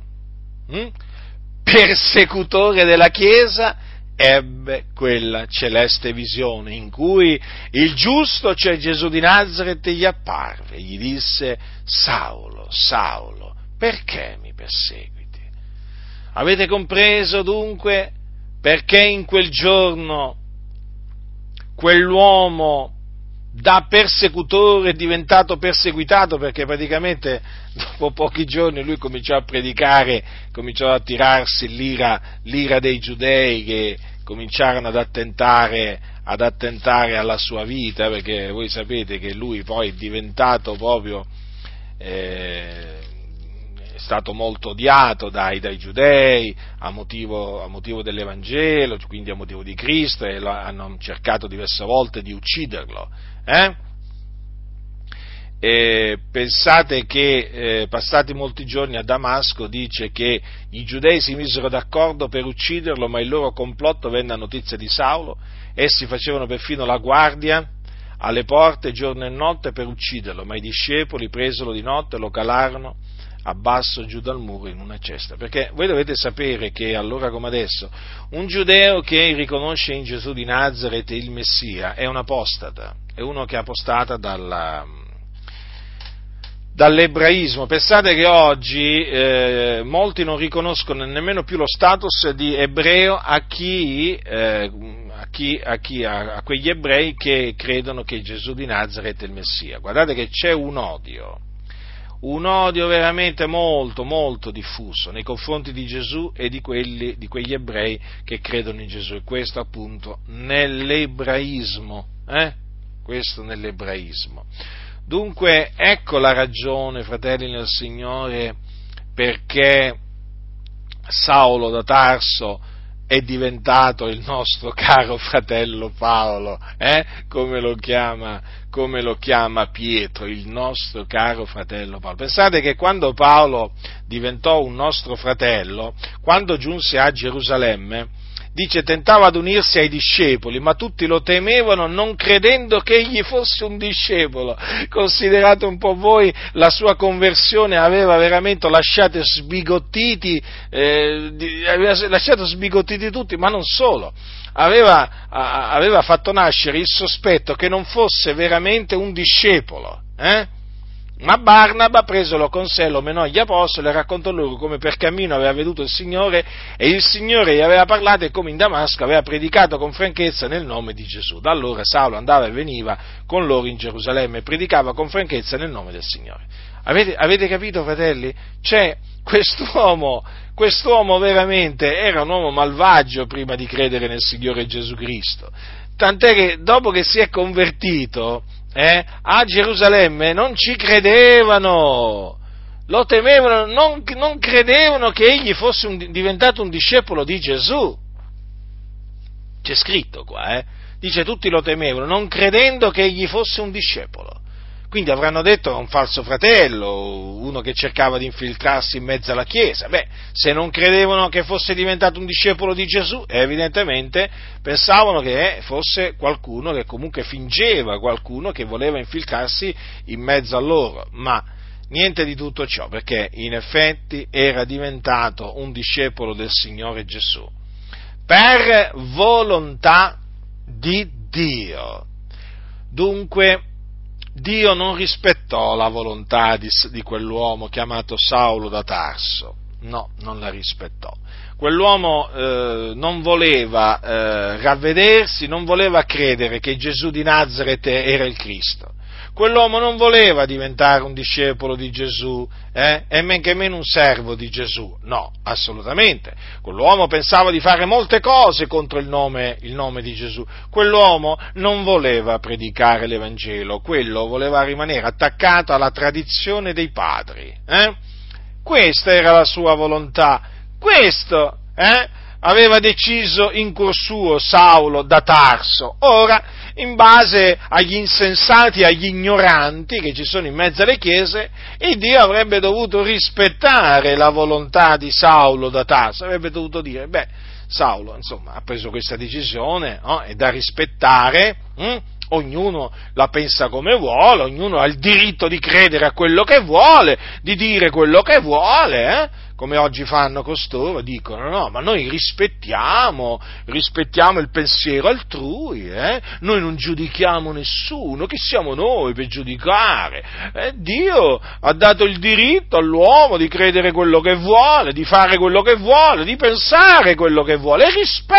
persecutore della Chiesa, ebbe quella celeste visione in cui il giusto, cioè Gesù di Nazaret, gli apparve e gli disse: Saulo, Saulo, perché mi perseguiti? Avete compreso dunque perché in quel giorno quell'uomo da persecutore è diventato perseguitato? Perché praticamente dopo pochi giorni lui cominciò a predicare, cominciò ad attirarsi l'ira dei giudei, che cominciarono ad attentare alla sua vita, perché voi sapete che lui poi è diventato proprio, è stato molto odiato dai giudei a motivo dell'Evangelo, quindi a motivo di Cristo, e hanno cercato diverse volte di ucciderlo. E pensate che passati molti giorni a Damasco, dice che i giudei si misero d'accordo per ucciderlo, ma il loro complotto venne a notizia di Saulo. Essi facevano perfino la guardia alle porte giorno e notte per ucciderlo, ma i discepoli presero di notte e lo calarono a basso giù dal muro in una cesta. Perché voi dovete sapere che allora come adesso un giudeo che riconosce in Gesù di Nazaret il Messia è un apostata, è uno che è apostata dall'ebraismo. Pensate che oggi molti non riconoscono nemmeno più lo status di ebreo a quegli ebrei che credono che Gesù di Nazaret è il Messia. Guardate che c'è un odio veramente molto, molto diffuso nei confronti di Gesù e di quegli ebrei che credono in Gesù, e questo appunto nell'ebraismo, questo nell'ebraismo. Dunque, ecco la ragione, fratelli nel Signore, perché Saulo da Tarso è diventato il nostro caro fratello Paolo, come lo chiama Pietro, il nostro caro fratello Paolo. Pensate che quando Paolo diventò un nostro fratello, quando giunse a Gerusalemme, dice, tentava ad unirsi ai discepoli, ma tutti lo temevano, non credendo che egli fosse un discepolo. Considerate un po' voi, la sua conversione aveva veramente lasciato sbigottiti tutti, ma non solo, aveva fatto nascere il sospetto che non fosse veramente un discepolo, Ma Barnaba, presolo con sé, lo menò agli apostoli e raccontò loro come per cammino aveva veduto il Signore e il Signore gli aveva parlato, e come in Damasco aveva predicato con franchezza nel nome di Gesù. Da allora Saulo andava e veniva con loro in Gerusalemme e predicava con franchezza nel nome del Signore. Avete capito, fratelli? Quest'uomo veramente era un uomo malvagio prima di credere nel Signore Gesù Cristo, tant'è che dopo che si è convertito, a Gerusalemme non ci credevano, lo temevano, non credevano che egli fosse diventato un discepolo di Gesù. C'è scritto qua, dice tutti lo temevano, non credendo che egli fosse un discepolo. Quindi avranno detto a un falso fratello, uno che cercava di infiltrarsi in mezzo alla Chiesa. Se non credevano che fosse diventato un discepolo di Gesù, evidentemente pensavano che fosse qualcuno che comunque fingeva, qualcuno che voleva infiltrarsi in mezzo a loro. Ma niente di tutto ciò, perché in effetti era diventato un discepolo del Signore Gesù, per volontà di Dio. Dunque, Dio non rispettò la volontà di quell'uomo chiamato Saulo da Tarso, no, non la rispettò. Quell'uomo non voleva ravvedersi, non voleva credere che Gesù di Nazaret era il Cristo. Quell'uomo non voleva diventare un discepolo di Gesù, e men che meno un servo di Gesù, no, assolutamente. Quell'uomo pensava di fare molte cose contro il nome di Gesù. Quell'uomo non voleva predicare l'Evangelo, quello voleva rimanere attaccato alla tradizione dei padri. Questa era la sua volontà. Questo, aveva deciso in cuor suo Saulo da Tarso. Ora, in base agli insensati, agli ignoranti che ci sono in mezzo alle chiese, il Dio avrebbe dovuto rispettare la volontà di Saulo da Tarso, avrebbe dovuto dire, Saulo, insomma, ha preso questa decisione, no? È da rispettare, ognuno la pensa come vuole, ognuno ha il diritto di credere a quello che vuole, di dire quello che vuole, come oggi fanno costoro, dicono, no, ma noi rispettiamo il pensiero altrui, noi non giudichiamo nessuno, chi siamo noi per giudicare? Dio ha dato il diritto all'uomo di credere quello che vuole, di fare quello che vuole, di pensare quello che vuole, e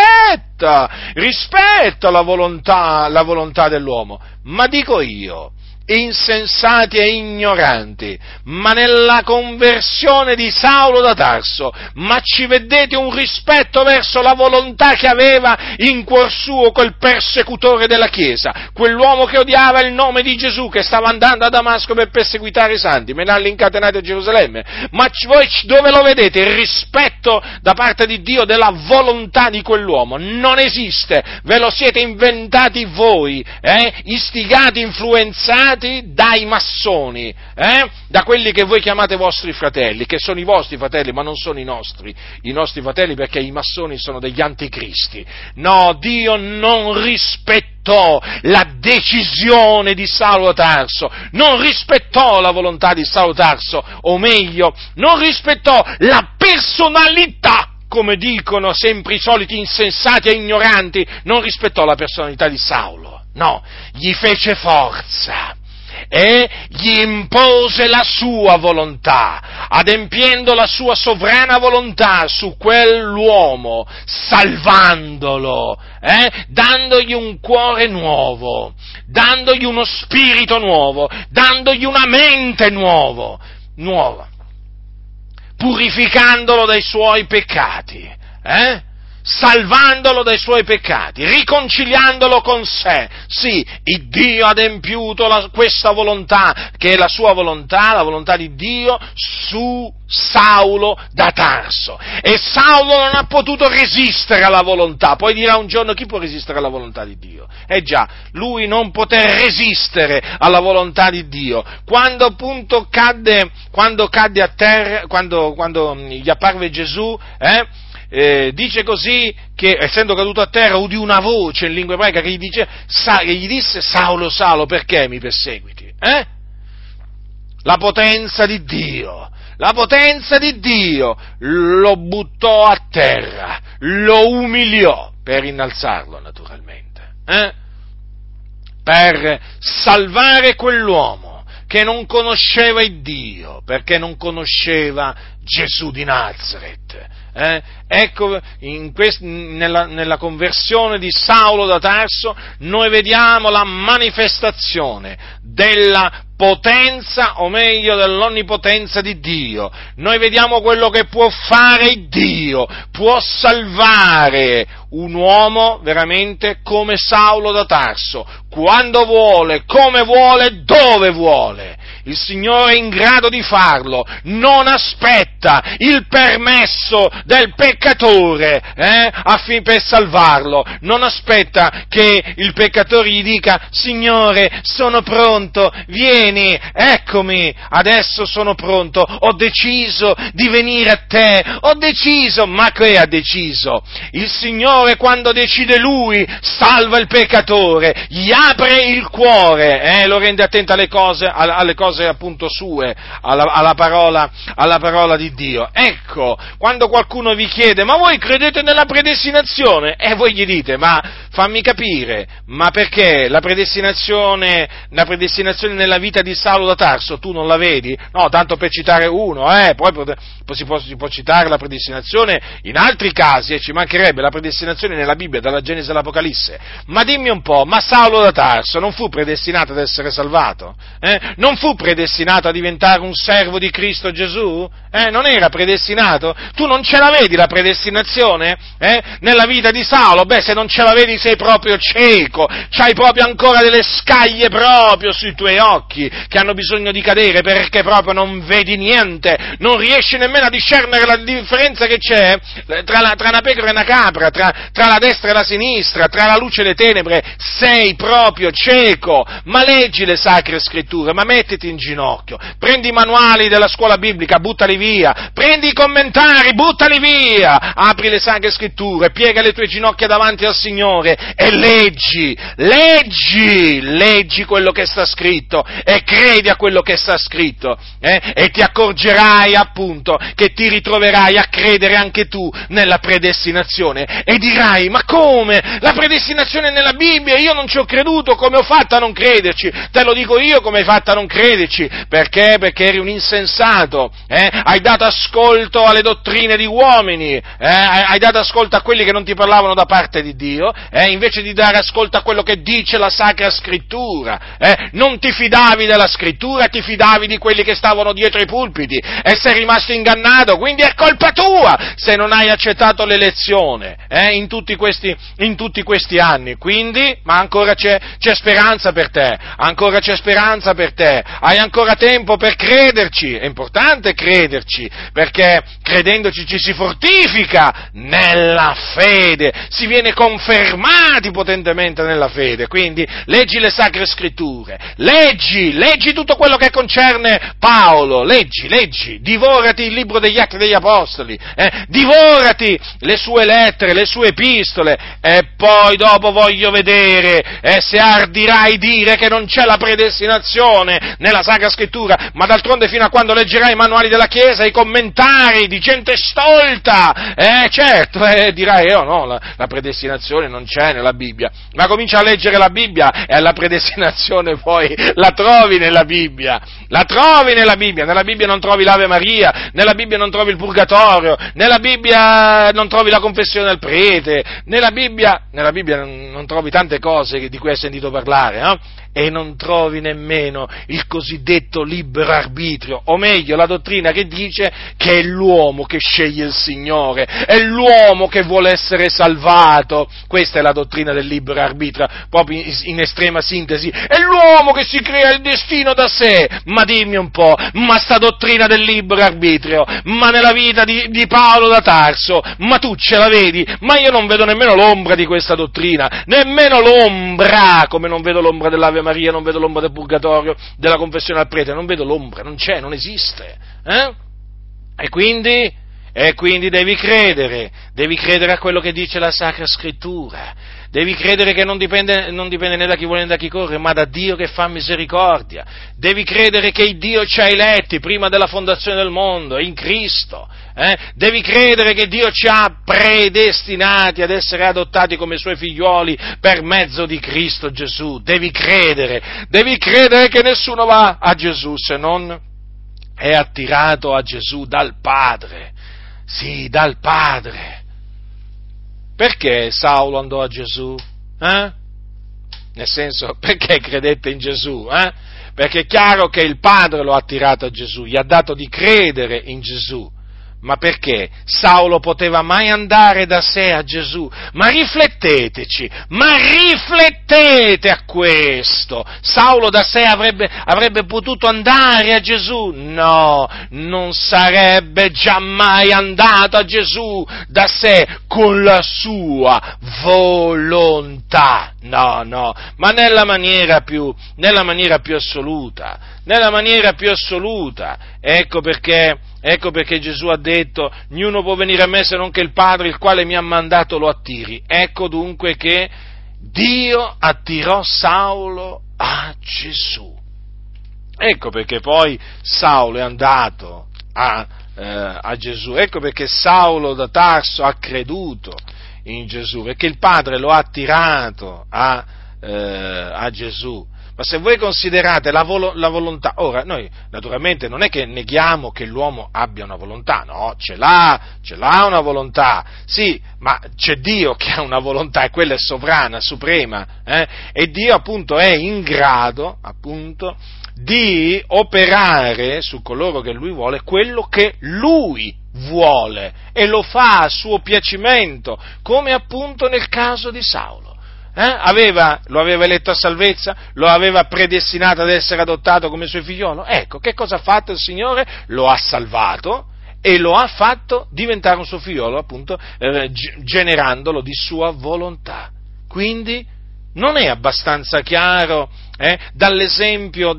rispetta la volontà dell'uomo, ma dico io, insensati e ignoranti, ma nella conversione di Saulo da Tarso, ma ci vedete un rispetto verso la volontà che aveva in cuor suo quel persecutore della Chiesa, quell'uomo che odiava il nome di Gesù, che stava andando a Damasco per perseguitare i santi, menarli incatenati a Gerusalemme, ma voi dove lo vedete il rispetto da parte di Dio della volontà di quell'uomo? Non esiste, ve lo siete inventati voi, istigati, influenzati dai massoni, da quelli che voi chiamate vostri fratelli, che sono i vostri fratelli, ma non sono i nostri fratelli, perché i massoni sono degli anticristi. No, Dio non rispettò la decisione di Saulo da Tarso, non rispettò la volontà di Saulo da Tarso, o meglio, non rispettò la personalità, come dicono sempre i soliti insensati e ignoranti, non rispettò la personalità di Saulo, no, gli fece forza e gli impose la sua volontà, adempiendo la sua sovrana volontà su quell'uomo, salvandolo, dandogli un cuore nuovo, dandogli uno spirito nuovo, dandogli una mente nuova, purificandolo dai suoi peccati, salvandolo dai suoi peccati, riconciliandolo con sé. Sì, il Dio ha adempiuto questa volontà, che è la sua volontà, la volontà di Dio, su Saulo da Tarso. E Saulo non ha potuto resistere alla volontà. Poi dirà un giorno: chi può resistere alla volontà di Dio? Già, lui non poté resistere alla volontà di Dio. Quando appunto cadde a terra, quando gli apparve Gesù, dice così che, essendo caduto a terra, udì una voce in lingua ebraica che gli disse: Saulo, Saulo, perché mi perseguiti? La potenza di Dio lo buttò a terra, lo umiliò per innalzarlo naturalmente, per salvare quell'uomo che non conosceva il Dio, perché non conosceva Gesù di Nazaret. Ecco, nella conversione di Saulo da Tarso noi vediamo la manifestazione della potenza, o meglio dell'onnipotenza di Dio. Noi vediamo quello che può fare Dio, può salvare un uomo veramente come Saulo da Tarso, quando vuole, come vuole, dove vuole. Il Signore è in grado di farlo, non aspetta il permesso del peccatore per salvarlo, non aspetta che il peccatore gli dica: Signore, sono pronto, vieni, eccomi, adesso sono pronto, ho deciso di venire a te, ma che ha deciso? Il Signore, quando decide Lui, salva il peccatore, gli apre il cuore, lo rende attento alle cose appunto sue, alla parola di Dio. Ecco, quando qualcuno vi chiede: ma voi credete nella predestinazione? E voi gli dite: ma fammi capire, ma perché la predestinazione nella vita di Saulo da Tarso tu non la vedi? No, tanto per citare uno, poi si può citare la predestinazione in altri casi, ci mancherebbe, la predestinazione nella Bibbia, dalla Genesi all'Apocalisse. Ma dimmi un po', ma Saulo da Tarso non fu predestinato ad essere salvato? Non fu predestinato predestinato a diventare un servo di Cristo Gesù? Non era predestinato? Tu non ce la vedi la predestinazione? Nella vita di Saulo? Se non ce la vedi sei proprio cieco, c'hai proprio ancora delle scaglie proprio sui tuoi occhi, che hanno bisogno di cadere, perché proprio non vedi niente, non riesci nemmeno a discernere la differenza che c'è tra una pecora e una capra, tra la destra e la sinistra, tra la luce e le tenebre. Sei proprio cieco. Ma leggi le Sacre Scritture, ma mettiti in ginocchio, prendi i manuali della scuola biblica, buttali via, prendi i commentari, buttali via, apri le Sacre Scritture, piega le tue ginocchia davanti al Signore e leggi quello che sta scritto e credi a quello che sta scritto, e ti accorgerai appunto che ti ritroverai a credere anche tu nella predestinazione e dirai: ma come? La predestinazione è nella Bibbia? Io non ci ho creduto, come ho fatto a non crederci? Te lo dico io come hai fatto a non crederci, perché eri un insensato, hai dato ascolto alle dottrine di uomini, hai dato ascolto a quelli che non ti parlavano da parte di Dio, invece di dare ascolto a quello che dice la Sacra Scrittura, non ti fidavi della Scrittura, ti fidavi di quelli che stavano dietro i pulpiti e sei rimasto ingannato, quindi è colpa tua se non hai accettato l'elezione, in tutti questi anni. Quindi, ma ancora c'è speranza per te, hai ancora tempo per crederci. È importante crederci, perché credendoci ci si fortifica nella fede, si viene confermati potentemente nella fede. Quindi leggi le Sacre Scritture, leggi tutto quello che concerne Paolo, leggi, divorati il libro degli Atti degli Apostoli, divorati le sue lettere, le sue epistole, e poi dopo voglio vedere se ardirai dire che non c'è la predestinazione nella Sacra Scrittura, ma d'altronde fino a quando leggerai i manuali della Chiesa, i commentari di gente stolta, certo, dirai: oh no, la predestinazione non c'è nella Bibbia, ma comincia a leggere la Bibbia e la predestinazione poi la trovi nella Bibbia, nella Bibbia non trovi l'Ave Maria, nella Bibbia non trovi il Purgatorio, nella Bibbia non trovi la confessione del prete, nella Bibbia non trovi tante cose di cui hai sentito parlare, no? E non trovi nemmeno il cosiddetto libero arbitrio, o meglio, la dottrina che dice che è l'uomo che sceglie il Signore, è l'uomo che vuole essere salvato. Questa è la dottrina del libero arbitrio, proprio in estrema sintesi, è l'uomo che si crea il destino da sé. Ma dimmi un po', ma sta dottrina del libero arbitrio, ma nella vita di Paolo da Tarso, ma tu ce la vedi? Ma io non vedo nemmeno l'ombra di questa dottrina, nemmeno l'ombra, come non vedo l'ombra dell'Ave Maria, non vedo l'ombra del Purgatorio, della confessione al prete, non vedo l'ombra, non c'è, non esiste, E quindi devi credere a quello che dice la Sacra Scrittura, devi credere che non dipende né da chi vuole né da chi corre, ma da Dio che fa misericordia, devi credere che Dio ci ha eletti prima della fondazione del mondo, in Cristo, devi credere che Dio ci ha predestinati ad essere adottati come Suoi figliuoli per mezzo di Cristo Gesù, devi credere che nessuno va a Gesù se non è attirato a Gesù dal Padre. Sì, dal Padre. Perché Saulo andò a Gesù? Nel senso, perché credette in Gesù? Perché è chiaro che il Padre lo ha attirato a Gesù, gli ha dato di credere in Gesù. Ma perché? Saulo poteva mai andare da sé a Gesù? Ma riflettete a questo. Saulo da sé avrebbe potuto andare a Gesù? No, non sarebbe giammai andato a Gesù da sé con la sua volontà. No, ma nella maniera più assoluta. Ecco perché Gesù ha detto: "Niuno può venire a me se non che il Padre, il quale mi ha mandato, lo attiri". Ecco dunque che Dio attirò Saulo a Gesù. Ecco perché poi Saulo è andato a Gesù. Ecco perché Saulo da Tarso ha creduto in Gesù, perché il Padre lo ha attirato a Gesù. Ma se voi considerate la volontà, ora noi naturalmente non è che neghiamo che l'uomo abbia una volontà, no, ce l'ha una volontà, sì, ma c'è Dio che ha una volontà e quella è sovrana, suprema, e Dio appunto è in grado, appunto, di operare su coloro che Lui vuole quello che Lui vuole e lo fa a suo piacimento, come appunto nel caso di Saulo. Lo aveva eletto a salvezza? Lo aveva predestinato ad essere adottato come suo figliolo? Ecco, che cosa ha fatto il Signore? Lo ha salvato e lo ha fatto diventare un suo figliolo, appunto, generandolo di sua volontà. Quindi non è abbastanza chiaro, dall'esempio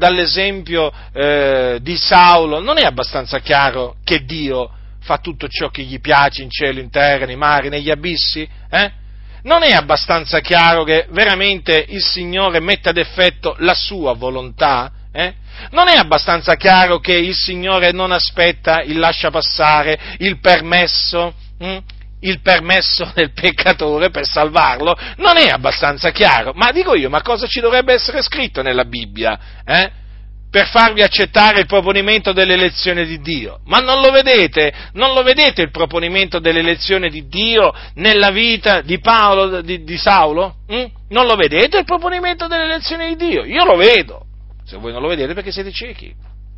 di Saulo, non è abbastanza chiaro che Dio fa tutto ciò che gli piace in cielo, in terra, nei mari, negli abissi? Non è abbastanza chiaro che veramente il Signore mette ad effetto la sua volontà? Non è abbastanza chiaro che il Signore non aspetta il lasciapassare, il permesso del peccatore per salvarlo? Non è abbastanza chiaro? Ma dico io, ma cosa ci dovrebbe essere scritto nella Bibbia? Per farvi accettare il proponimento dell'elezione di Dio. Ma non lo vedete? Non lo vedete il proponimento dell'elezione di Dio nella vita di Paolo, di Saulo? Non lo vedete il proponimento dell'elezione di Dio? Io lo vedo. Se voi non lo vedete perché siete ciechi.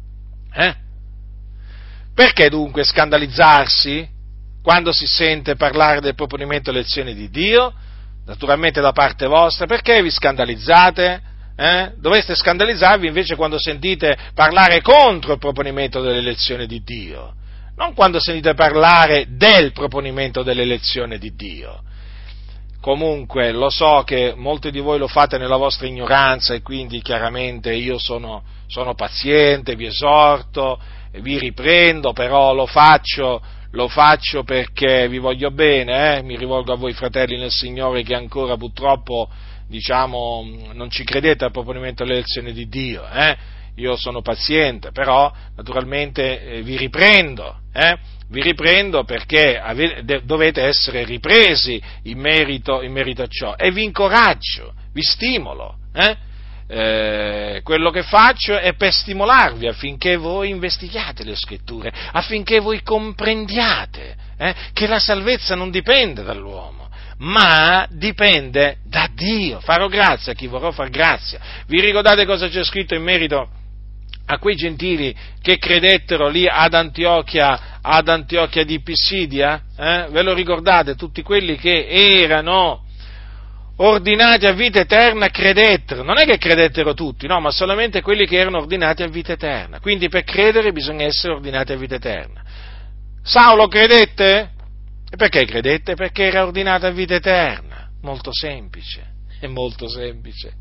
Perché dunque scandalizzarsi quando si sente parlare del proponimento dell'elezione di Dio? Naturalmente da parte vostra. Perché vi scandalizzate? Dovreste scandalizzarvi invece quando sentite parlare contro il proponimento dell'elezione di Dio, non quando sentite parlare del proponimento dell'elezione di Dio. Comunque, lo so che molti di voi lo fate nella vostra ignoranza e quindi chiaramente io sono paziente, vi esorto, vi riprendo, però lo faccio perché vi voglio bene, mi rivolgo a voi fratelli nel Signore che ancora purtroppo non ci credete al proponimento dell'elezione di Dio, Io sono paziente, però naturalmente vi riprendo perché dovete essere ripresi in merito a ciò e vi incoraggio, vi stimolo, quello che faccio è per stimolarvi affinché voi investighiate le Scritture, affinché voi comprendiate che la salvezza non dipende dall'uomo, ma dipende da Dio. Farò grazia a chi vorrò far grazia. Vi ricordate cosa c'è scritto in merito a quei gentili che credettero lì ad Antiochia di Pisidia? Ve lo ricordate? Tutti quelli che erano ordinati a vita eterna credettero. Non è che credettero tutti, no, ma solamente quelli che erano ordinati a vita eterna. Quindi per credere bisogna essere ordinati a vita eterna. Saulo credette? E perché credette? Perché era ordinato a vita eterna. Molto semplice, è molto semplice.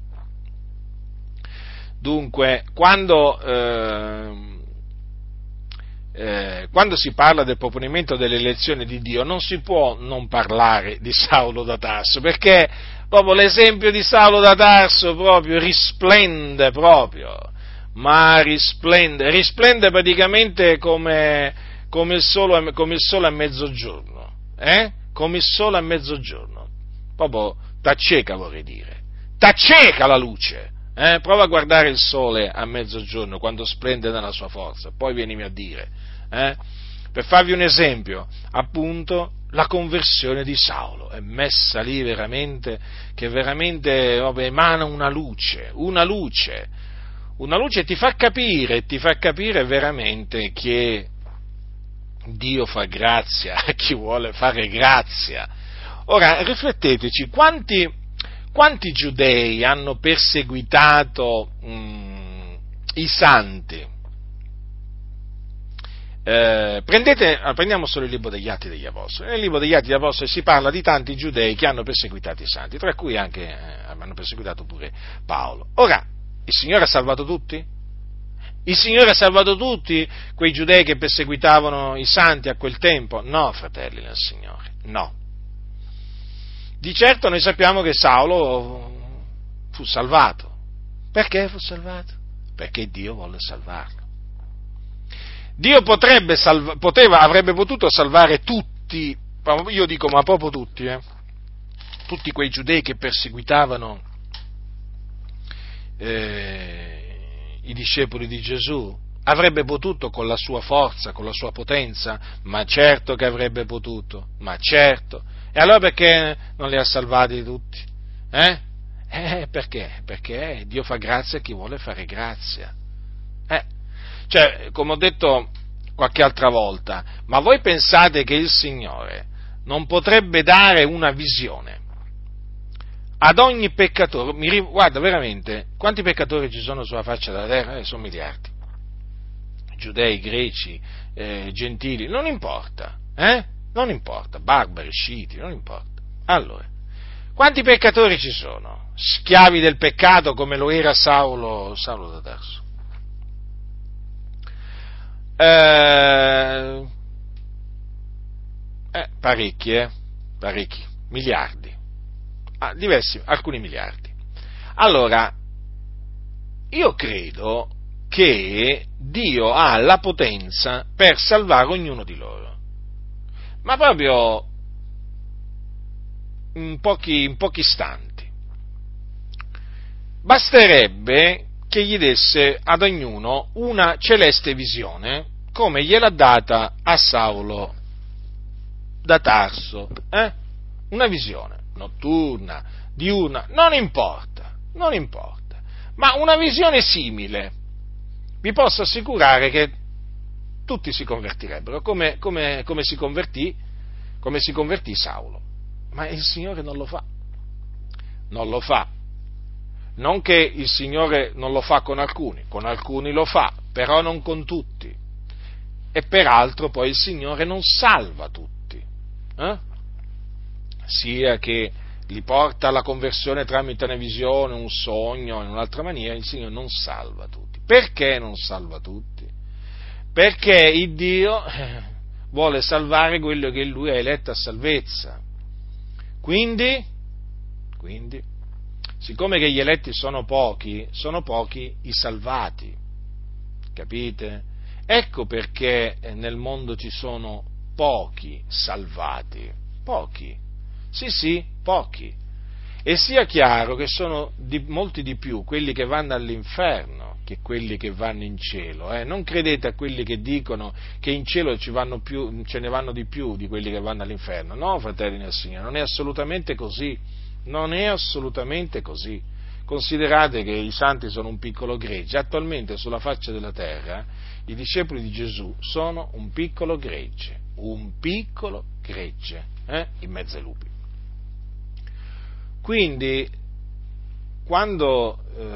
Dunque, quando si parla del proponimento dell'elezione di Dio, non si può non parlare di Saulo da Tarso, perché proprio l'esempio di Saulo da Tarso proprio risplende praticamente come il sole a mezzogiorno. Come il sole a mezzogiorno, proprio t'acceca, vorrei dire, t'acceca la luce, prova a guardare il sole a mezzogiorno quando splende nella sua forza, poi vienimi a dire, per farvi un esempio, appunto, la conversione di Saulo è messa lì veramente, che veramente emana una luce, ti fa capire veramente che Dio fa grazia a chi vuole fare grazia. Ora, rifletteteci, quanti giudei hanno perseguitato i santi? Prendiamo solo il libro degli Atti degli Apostoli. Nel libro degli Atti degli Apostoli si parla di tanti giudei che hanno perseguitato i santi, tra cui anche hanno perseguitato pure Paolo. Ora, il Signore ha salvato tutti? Il Signore ha salvato tutti quei giudei che perseguitavano i santi a quel tempo? No, fratelli nel Signore, no. Di certo noi sappiamo che Saulo fu salvato. Perché fu salvato? Perché Dio volle salvarlo. Dio avrebbe potuto salvare tutti, io dico ma proprio tutti quei giudei che perseguitavano i discepoli di Gesù? Avrebbe potuto con la sua forza, con la sua potenza? Ma certo che avrebbe potuto, ma certo. E allora perché non li ha salvati tutti? Perché? Perché Dio fa grazia a chi vuole fare grazia. Cioè, come ho detto qualche altra volta, ma voi pensate che il Signore non potrebbe dare una visione ad ogni peccatore? Guarda, veramente, quanti peccatori ci sono sulla faccia della terra? Sono miliardi. Giudei, greci, gentili, non importa, non importa, barbari, sciti, non importa. Allora, quanti peccatori ci sono? Schiavi del peccato come lo era Saulo da Tarso. Parecchi, miliardi, alcuni miliardi. Allora, io credo che Dio ha la potenza per salvare ognuno di loro, ma proprio in pochi istanti. Basterebbe che gli desse ad ognuno una celeste visione, come gliel'ha data a Saulo da Tarso, una visione notturna, diurna, non importa, ma una visione simile. Vi posso assicurare che tutti si convertirebbero, come si convertì Saulo. Ma il Signore non lo fa. Non che il Signore non lo fa con alcuni lo fa, però non con tutti. E peraltro poi il Signore non salva tutti. Sia che li porta alla conversione tramite una visione, un sogno, in un'altra maniera, il Signore non salva tutti. Perché non salva tutti? Perché il Dio vuole salvare quello che Lui ha eletto a salvezza. Quindi, siccome che gli eletti sono pochi i salvati, capite? Ecco perché nel mondo ci sono pochi salvati, pochi, sì, pochi. E sia chiaro che sono molti di più quelli che vanno all'inferno che quelli che vanno in cielo. Non credete a quelli che dicono che in cielo ce ne vanno di più di quelli che vanno all'inferno. No, fratelli nel Signore, non è assolutamente così. Considerate che i santi sono un piccolo gregge. Attualmente sulla faccia della terra i discepoli di Gesù sono un piccolo gregge, in mezzo ai lupi. Quindi, quando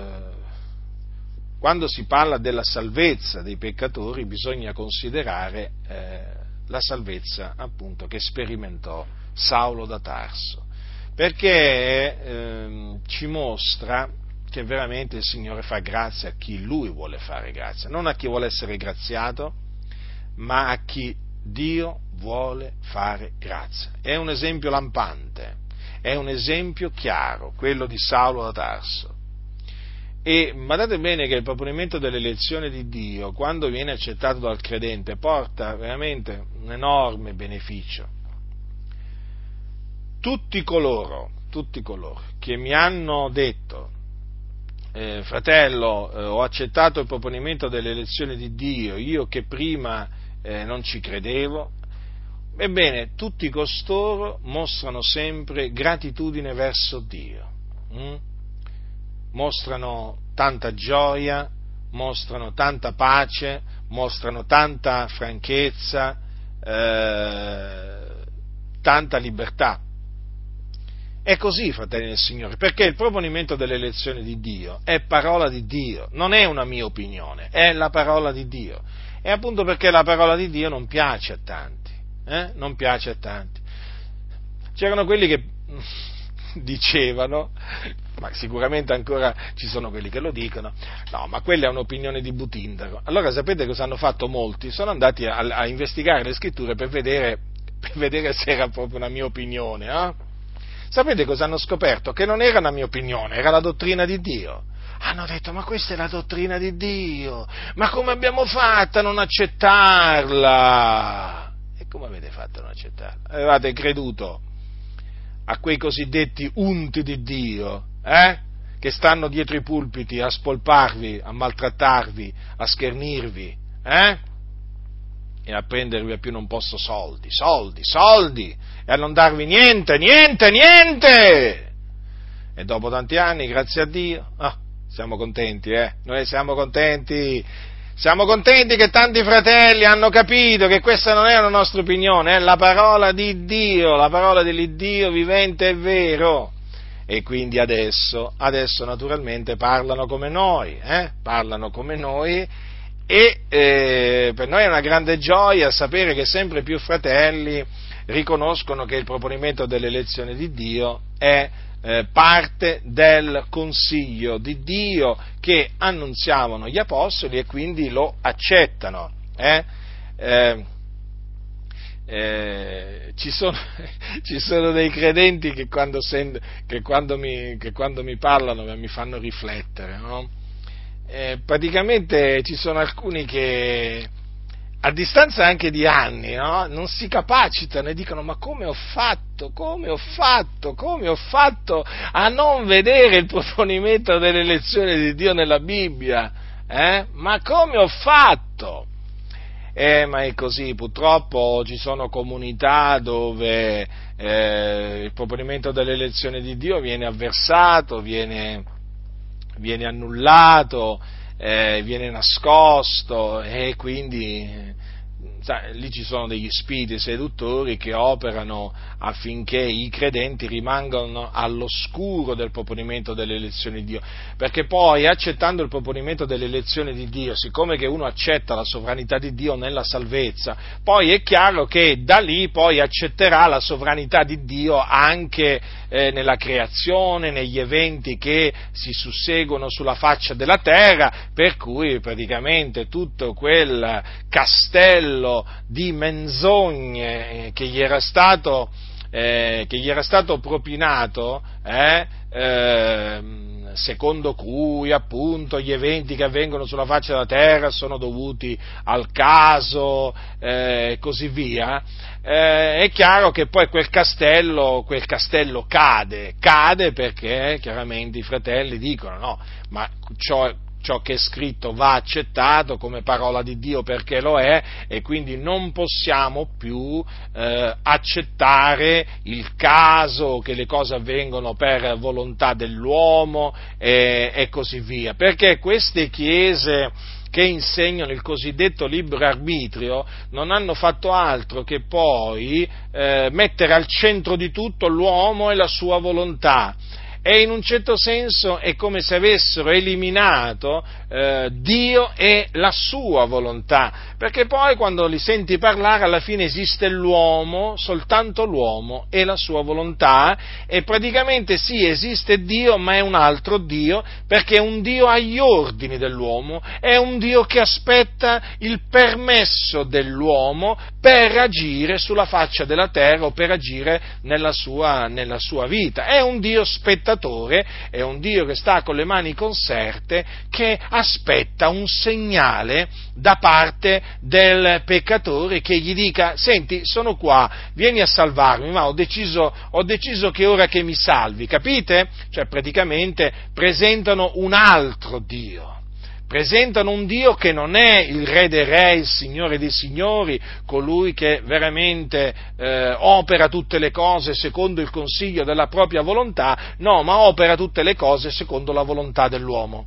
si parla della salvezza dei peccatori, bisogna considerare la salvezza, appunto, che sperimentò Saulo da Tarso, perché ci mostra che veramente il Signore fa grazia a chi Lui vuole fare grazia, non a chi vuole essere graziato, ma a chi Dio vuole fare grazia. È un esempio lampante. È un esempio chiaro, quello di Saulo da Tarso. E badate bene che il proponimento dell'elezione di Dio, quando viene accettato dal credente, porta veramente un enorme beneficio. Tutti coloro che mi hanno detto, fratello, ho accettato il proponimento dell'elezione di Dio, io che prima non ci credevo, ebbene, tutti costoro mostrano sempre gratitudine verso Dio, mostrano tanta gioia, mostrano tanta pace, mostrano tanta franchezza, tanta libertà. È così, fratelli del Signore, perché il proponimento dell'elezione di Dio è parola di Dio, non è una mia opinione, è la parola di Dio. E appunto perché la parola di Dio non piace a tanti. Non piace a tanti. C'erano quelli che dicevano, ma sicuramente ancora ci sono quelli che lo dicono, no, ma quella è un'opinione di Butindaco. Allora sapete cosa hanno fatto molti? Sono andati a investigare le scritture per vedere se era proprio una mia opinione. Sapete cosa hanno scoperto? Che non era una mia opinione, era la dottrina di Dio. Hanno detto, ma questa è la dottrina di Dio, ma come abbiamo fatto a non accettarla? E come avete fatto a non accettarla? Avevate creduto a quei cosiddetti unti di Dio, che stanno dietro i pulpiti a spolparvi, a maltrattarvi, a schernirvi, e a prendervi a più non posso soldi, e a non darvi niente. E dopo tanti anni, grazie a Dio, siamo contenti, noi siamo contenti che tanti fratelli hanno capito che questa non è una nostra opinione, è la parola di Dio, la parola dell'Iddio vivente e vero. E quindi adesso naturalmente parlano come noi, e per noi è una grande gioia sapere che sempre più fratelli riconoscono che il proponimento dell'elezione di Dio è parte del consiglio di Dio che annunziavano gli apostoli e quindi lo accettano. Ci sono dei credenti che quando mi parlano mi fanno riflettere, no? Praticamente ci sono alcuni che a distanza anche di anni, no? Non si capacitano e dicono: ma come ho fatto a non vedere il proponimento dell'elezione di Dio nella Bibbia? Ma come ho fatto? Ma è così, purtroppo ci sono comunità dove il proponimento dell'elezione di Dio viene avversato, viene annullato, viene nascosto, e quindi lì ci sono degli spiriti seduttori che operano affinché i credenti rimangano all'oscuro del proponimento dell'elezione di Dio, perché poi, accettando il proponimento dell'elezione di Dio, siccome che uno accetta la sovranità di Dio nella salvezza, poi è chiaro che da lì poi accetterà la sovranità di Dio anche nella creazione, negli eventi che si susseguono sulla faccia della terra, per cui praticamente tutto quel castello di menzogne che gli era stato propinato, secondo cui appunto gli eventi che avvengono sulla faccia della terra sono dovuti al caso e così via, è chiaro che poi quel castello cade perché chiaramente i fratelli dicono: no, ma ciò che è scritto va accettato come parola di Dio perché lo è, e quindi non possiamo più accettare il caso che le cose avvengono per volontà dell'uomo e così via, perché queste chiese che insegnano il cosiddetto libero arbitrio non hanno fatto altro che poi mettere al centro di tutto l'uomo e la sua volontà. E in un certo senso è come se avessero eliminato Dio e la sua volontà, perché poi quando li senti parlare alla fine esiste l'uomo, soltanto l'uomo e la sua volontà, e praticamente sì, esiste Dio, ma è un altro Dio, perché è un Dio agli ordini dell'uomo, è un Dio che aspetta il permesso dell'uomo per agire sulla faccia della terra o per agire nella sua vita, è un Dio spettatore, è un Dio che sta con le mani conserte, che aspetta un segnale da parte del peccatore che gli dica: senti, sono qua, vieni a salvarmi, ma ho deciso che è ora che mi salvi, capite? Cioè praticamente presentano un altro Dio. Presentano un Dio che non è il Re dei Re, il Signore dei Signori, colui che veramente opera tutte le cose secondo il consiglio della propria volontà, no, ma opera tutte le cose secondo la volontà dell'uomo.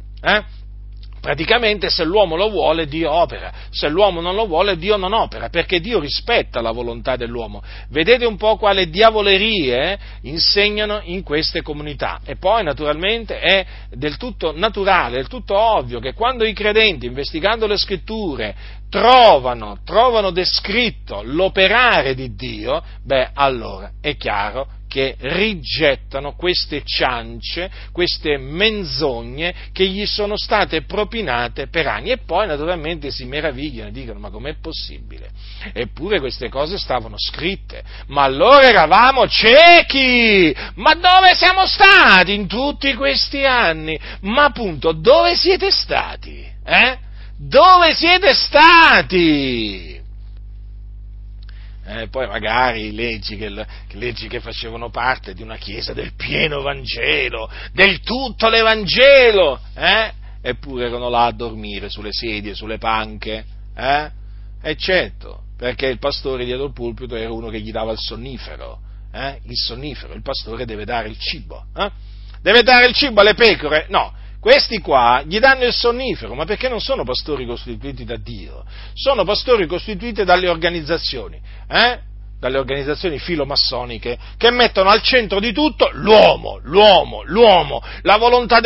Praticamente se l'uomo lo vuole Dio opera, se l'uomo non lo vuole Dio non opera, perché Dio rispetta la volontà dell'uomo. Vedete un po' quale diavolerie insegnano in queste comunità. E poi naturalmente è del tutto naturale, del tutto ovvio che quando i credenti, investigando le scritture, trovano descritto l'operare di Dio, allora è chiaro che rigettano queste ciance, queste menzogne che gli sono state propinate per anni, e poi naturalmente si meravigliano e dicono: ma com'è possibile? Eppure queste cose stavano scritte, ma allora eravamo ciechi, ma dove siamo stati in tutti questi anni? Ma appunto, dove siete stati? Dove siete stati? Poi magari leggi che facevano parte di una chiesa del pieno Vangelo, del tutto l'Evangelo, eppure erano là a dormire sulle sedie, sulle panche, e certo, perché il pastore dietro il pulpito era uno che gli dava il sonnifero, il pastore deve dare il cibo, deve dare il cibo alle pecore, no. Questi qua gli danno il sonnifero, ma perché non sono pastori costituiti da Dio? Sono pastori costituiti dalle organizzazioni filomassoniche, che mettono al centro di tutto l'uomo, la volontà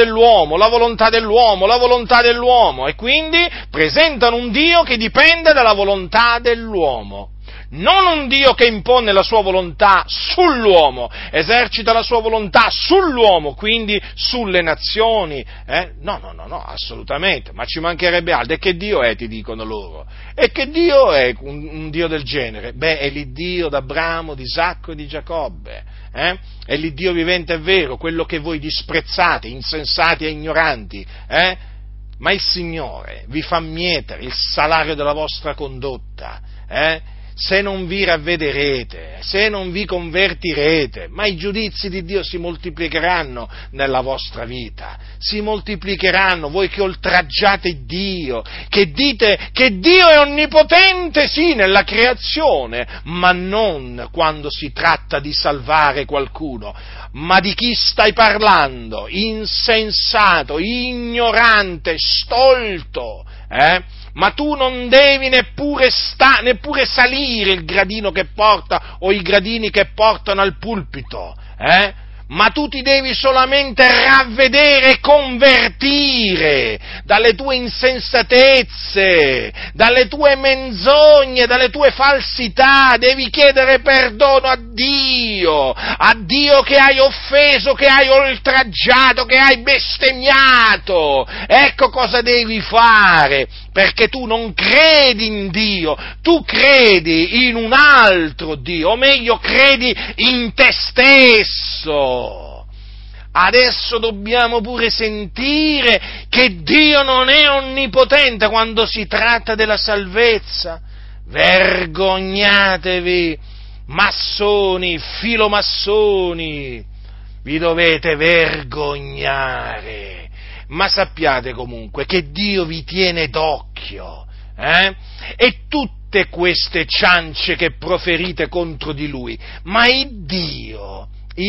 dell'uomo, e quindi presentano un Dio che dipende dalla volontà dell'uomo. Non un Dio che impone la sua volontà sull'uomo, esercita la sua volontà sull'uomo, quindi sulle nazioni, No, assolutamente, ma ci mancherebbe altro. E che Dio è, ti dicono loro? E che Dio è un Dio del genere? Beh, è l'Iddio d'Abramo, di Isacco e di Giacobbe, È l'Iddio vivente e vero, quello che voi disprezzate, insensati e ignoranti, Ma il Signore vi fa mietere il salario della vostra condotta, se non vi ravvederete, se non vi convertirete, ma i giudizi di Dio si moltiplicheranno nella vostra vita, si moltiplicheranno, voi che oltraggiate Dio, che dite che Dio è onnipotente, sì, nella creazione, ma non quando si tratta di salvare qualcuno. Ma di chi stai parlando? Insensato, ignorante, stolto, Ma tu non devi neppure salire il gradino che porta o i gradini che portano al pulpito, Ma tu ti devi solamente ravvedere e convertire dalle tue insensatezze, dalle tue menzogne, dalle tue falsità, devi chiedere perdono a Dio che hai offeso, che hai oltraggiato, che hai bestemmiato. Ecco cosa devi fare, perché tu non credi in Dio, tu credi in un altro Dio, o meglio credi in te stesso. Adesso dobbiamo pure sentire che Dio non è onnipotente quando si tratta della salvezza. Vergognatevi, massoni, filomassoni, vi dovete vergognare. Ma sappiate comunque che Dio vi tiene d'occhio, e tutte queste ciance che proferite contro di Lui, ma il Dio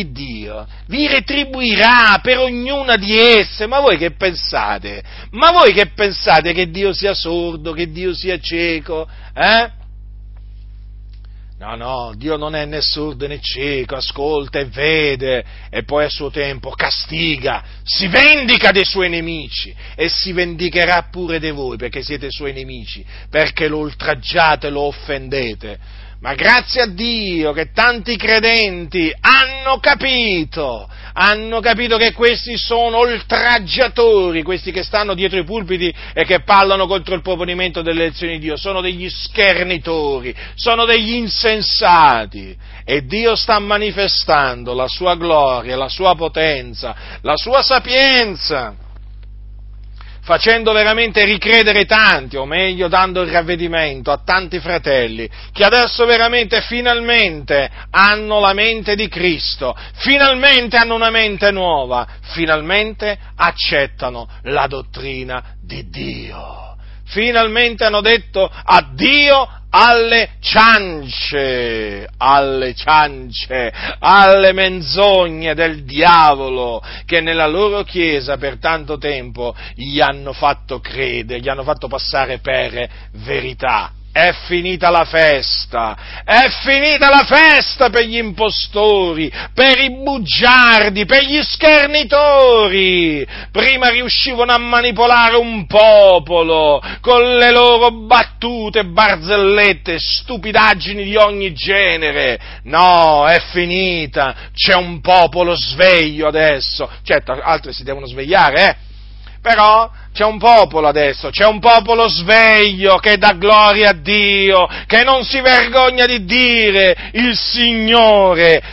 vi retribuirà per ognuna di esse. Ma voi che pensate? Ma voi che pensate che Dio sia sordo, che Dio sia cieco, No, Dio non è né sordo né cieco, ascolta e vede, e poi a suo tempo castiga, si vendica dei suoi nemici, e si vendicherà pure di voi, perché siete suoi nemici, perché lo oltraggiate, lo offendete. Ma grazie a Dio che tanti credenti hanno capito che questi sono oltraggiatori, questi che stanno dietro i pulpiti e che parlano contro il proponimento delle elezioni di Dio, sono degli schernitori, sono degli insensati, e Dio sta manifestando la sua gloria, la sua potenza, la sua sapienza, facendo veramente ricredere tanti, o meglio dando il ravvedimento a tanti fratelli, che adesso veramente finalmente hanno la mente di Cristo, finalmente hanno una mente nuova, finalmente accettano la dottrina di Dio, finalmente hanno detto addio alle ciance, alle menzogne del diavolo, che nella loro chiesa per tanto tempo gli hanno fatto credere, gli hanno fatto passare per verità. È finita la festa per gli impostori, per i bugiardi, per gli schernitori. Prima riuscivano a manipolare un popolo con le loro battute, barzellette, stupidaggini di ogni genere. No, è finita, c'è un popolo sveglio adesso. Certo, altri si devono svegliare, Però c'è un popolo adesso, c'è un popolo sveglio che dà gloria a Dio, che non si vergogna di dire il Signore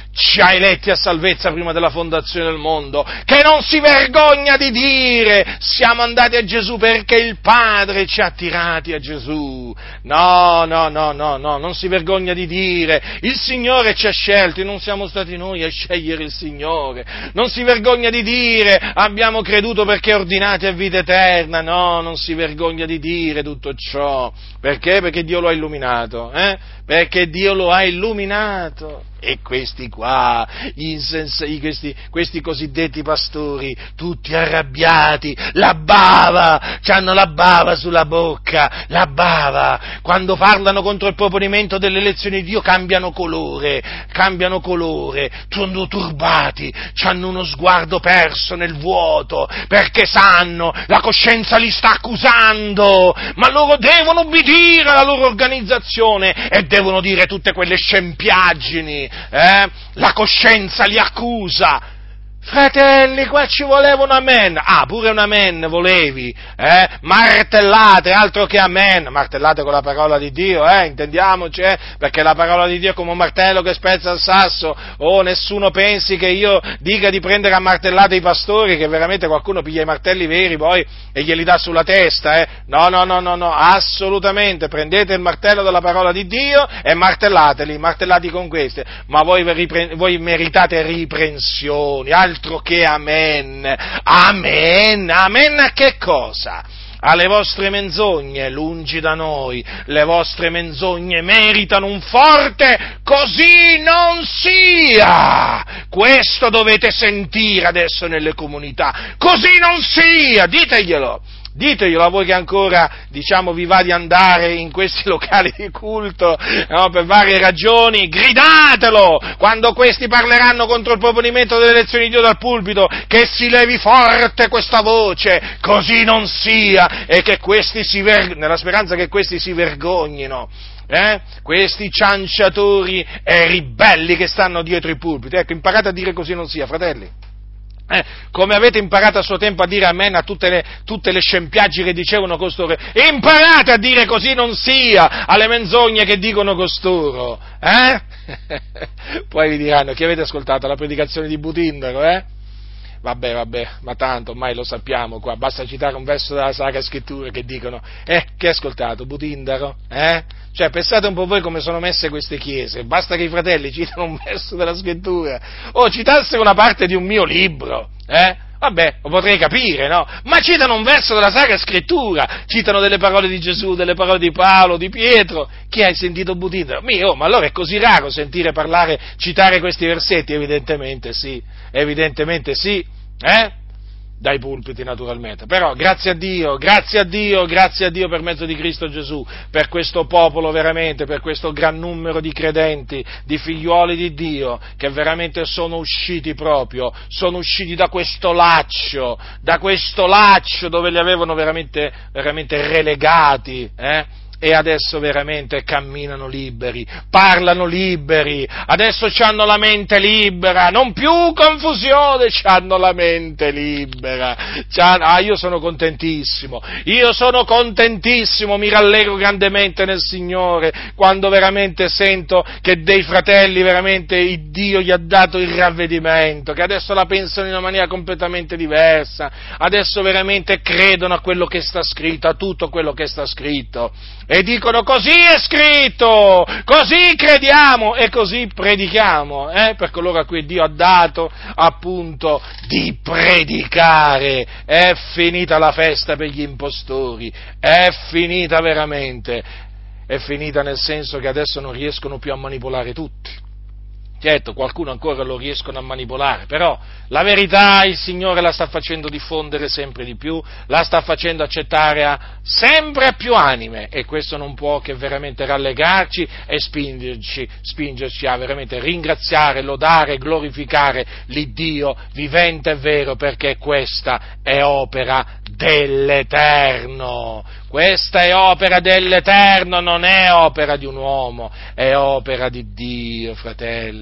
ci ha eletti a salvezza prima della fondazione del mondo, che non si vergogna di dire siamo andati a Gesù perché il Padre ci ha attirati a Gesù. No, non si vergogna di dire il Signore ci ha scelti, non siamo stati noi a scegliere il Signore. Non si vergogna di dire abbiamo creduto perché ordinati a vita eterna. No, non si vergogna di dire tutto ciò. Perché? Perché Dio lo ha illuminato, Perché Dio lo ha illuminato. E questi qua, questi cosiddetti pastori, tutti arrabbiati, c'hanno la bava sulla bocca, la bava, quando parlano contro il proponimento dell'elezione di Dio cambiano colore, sono turbati, c'hanno uno sguardo perso nel vuoto, perché sanno, la coscienza li sta accusando, ma loro devono obbedire alla loro organizzazione e devono dire tutte quelle scempiaggini. La coscienza li accusa. Fratelli, qua ci voleva un amen. Pure un amen volevi, martellate, altro che amen, martellate con la parola di Dio, intendiamoci, perché la parola di Dio è come un martello che spezza il sasso. Nessuno pensi che io dica di prendere a martellate i pastori, che veramente qualcuno piglia i martelli veri poi e glieli dà sulla testa, No, assolutamente, prendete il martello della parola di Dio e martellati con queste, ma voi meritate riprensioni, altro che amen a che cosa? Alle vostre menzogne, lungi da noi, le vostre menzogne meritano un forte così non sia. Questo dovete sentire adesso nelle comunità, così non sia, diteglielo a voi che ancora, vi va di andare in questi locali di culto, per varie ragioni, gridatelo, quando questi parleranno contro il proponimento delle elezioni di Dio dal pulpito, che si levi forte questa voce, così non sia, e che questi nella speranza che questi si vergognino. Questi cianciatori e ribelli che stanno dietro i pulpiti. Ecco, imparate a dire così non sia, fratelli. Come avete imparato a suo tempo a dire amen a tutte le scempiaggi che dicevano costoro, imparate a dire così non sia alle menzogne che dicono costoro, Poi vi diranno, che avete ascoltato la predicazione di Butindaro, Vabbè, ma tanto ormai lo sappiamo qua, basta citare un verso della Sacra Scrittura che dicono, che hai ascoltato, Butindaro, Cioè, pensate un po' voi come sono messe queste chiese, basta che i fratelli citano un verso della Scrittura, o citassero una parte di un mio libro, Vabbè, lo potrei capire, no? Ma citano un verso della Sacra Scrittura, citano delle parole di Gesù, delle parole di Paolo, di Pietro. Chi hai sentito Butindaro? Ma allora è così raro sentire citare questi versetti? Evidentemente sì, dai pulpiti naturalmente, però grazie a Dio per mezzo di Cristo Gesù, per questo popolo veramente, per questo gran numero di credenti, di figliuoli di Dio, che veramente sono usciti da questo laccio dove li avevano veramente relegati, E adesso veramente camminano liberi, parlano liberi, adesso c'hanno la mente libera, non più confusione, c'hanno la mente libera. Io sono contentissimo, mi rallegro grandemente nel Signore, quando veramente sento che dei fratelli veramente Dio gli ha dato il ravvedimento, che adesso la pensano in una maniera completamente diversa, adesso veramente credono a quello che sta scritto, a tutto quello che sta scritto. E dicono così è scritto, così crediamo e così predichiamo, per coloro a cui Dio ha dato appunto di predicare. È finita la festa per gli impostori, è finita veramente, è finita nel senso che adesso non riescono più a manipolare tutti. Certo, qualcuno ancora lo riescono a manipolare, però la verità il Signore la sta facendo diffondere sempre di più, la sta facendo accettare a sempre a più anime, e questo non può che veramente rallegrarci e spingerci a veramente ringraziare, lodare, glorificare l'Iddio vivente e vero, perché questa è opera dell'Eterno. Questa è opera dell'Eterno, non è opera di un uomo, è opera di Dio, fratelli.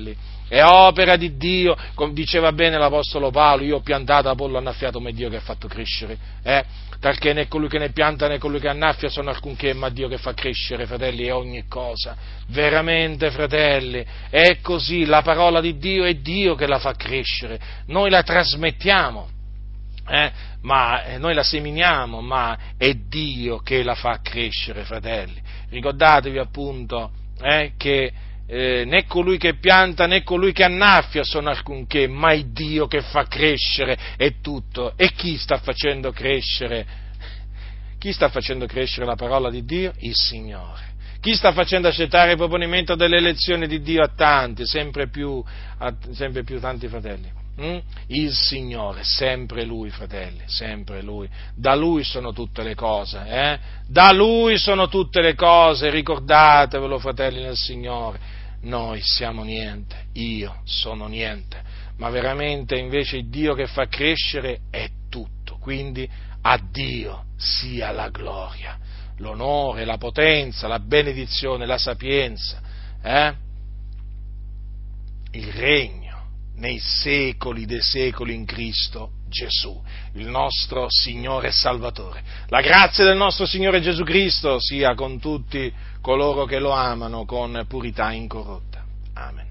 è opera di Dio, come diceva bene l'Apostolo Paolo, io ho piantato, Apollo ha annaffiato, ma è Dio che ha fatto crescere, perché né colui che ne pianta né colui che annaffia sono alcunché, ma Dio che fa crescere, fratelli, è ogni cosa, veramente, fratelli, è così, la parola di Dio è Dio che la fa crescere, noi la trasmettiamo, noi la seminiamo, ma è Dio che la fa crescere, fratelli. Ricordatevi appunto che né colui che pianta né colui che annaffia sono alcunché, ma è Dio che fa crescere, è tutto. E chi sta facendo crescere? Chi sta facendo crescere la parola di Dio? Il Signore. Chi sta facendo accettare il proponimento delle elezioni di Dio a tanti, sempre più tanti fratelli? Il Signore, sempre Lui, fratelli, sempre Lui. Da Lui sono tutte le cose, Da Lui sono tutte le cose, ricordatevelo, fratelli nel Signore. Noi siamo niente, io sono niente, ma veramente invece il Dio che fa crescere è tutto, quindi a Dio sia la gloria, l'onore, la potenza, la benedizione, la sapienza, il regno nei secoli dei secoli in Cristo Gesù, il nostro Signore e Salvatore. La grazia del nostro Signore Gesù Cristo sia con tutti coloro che lo amano con purità incorrotta. Amen.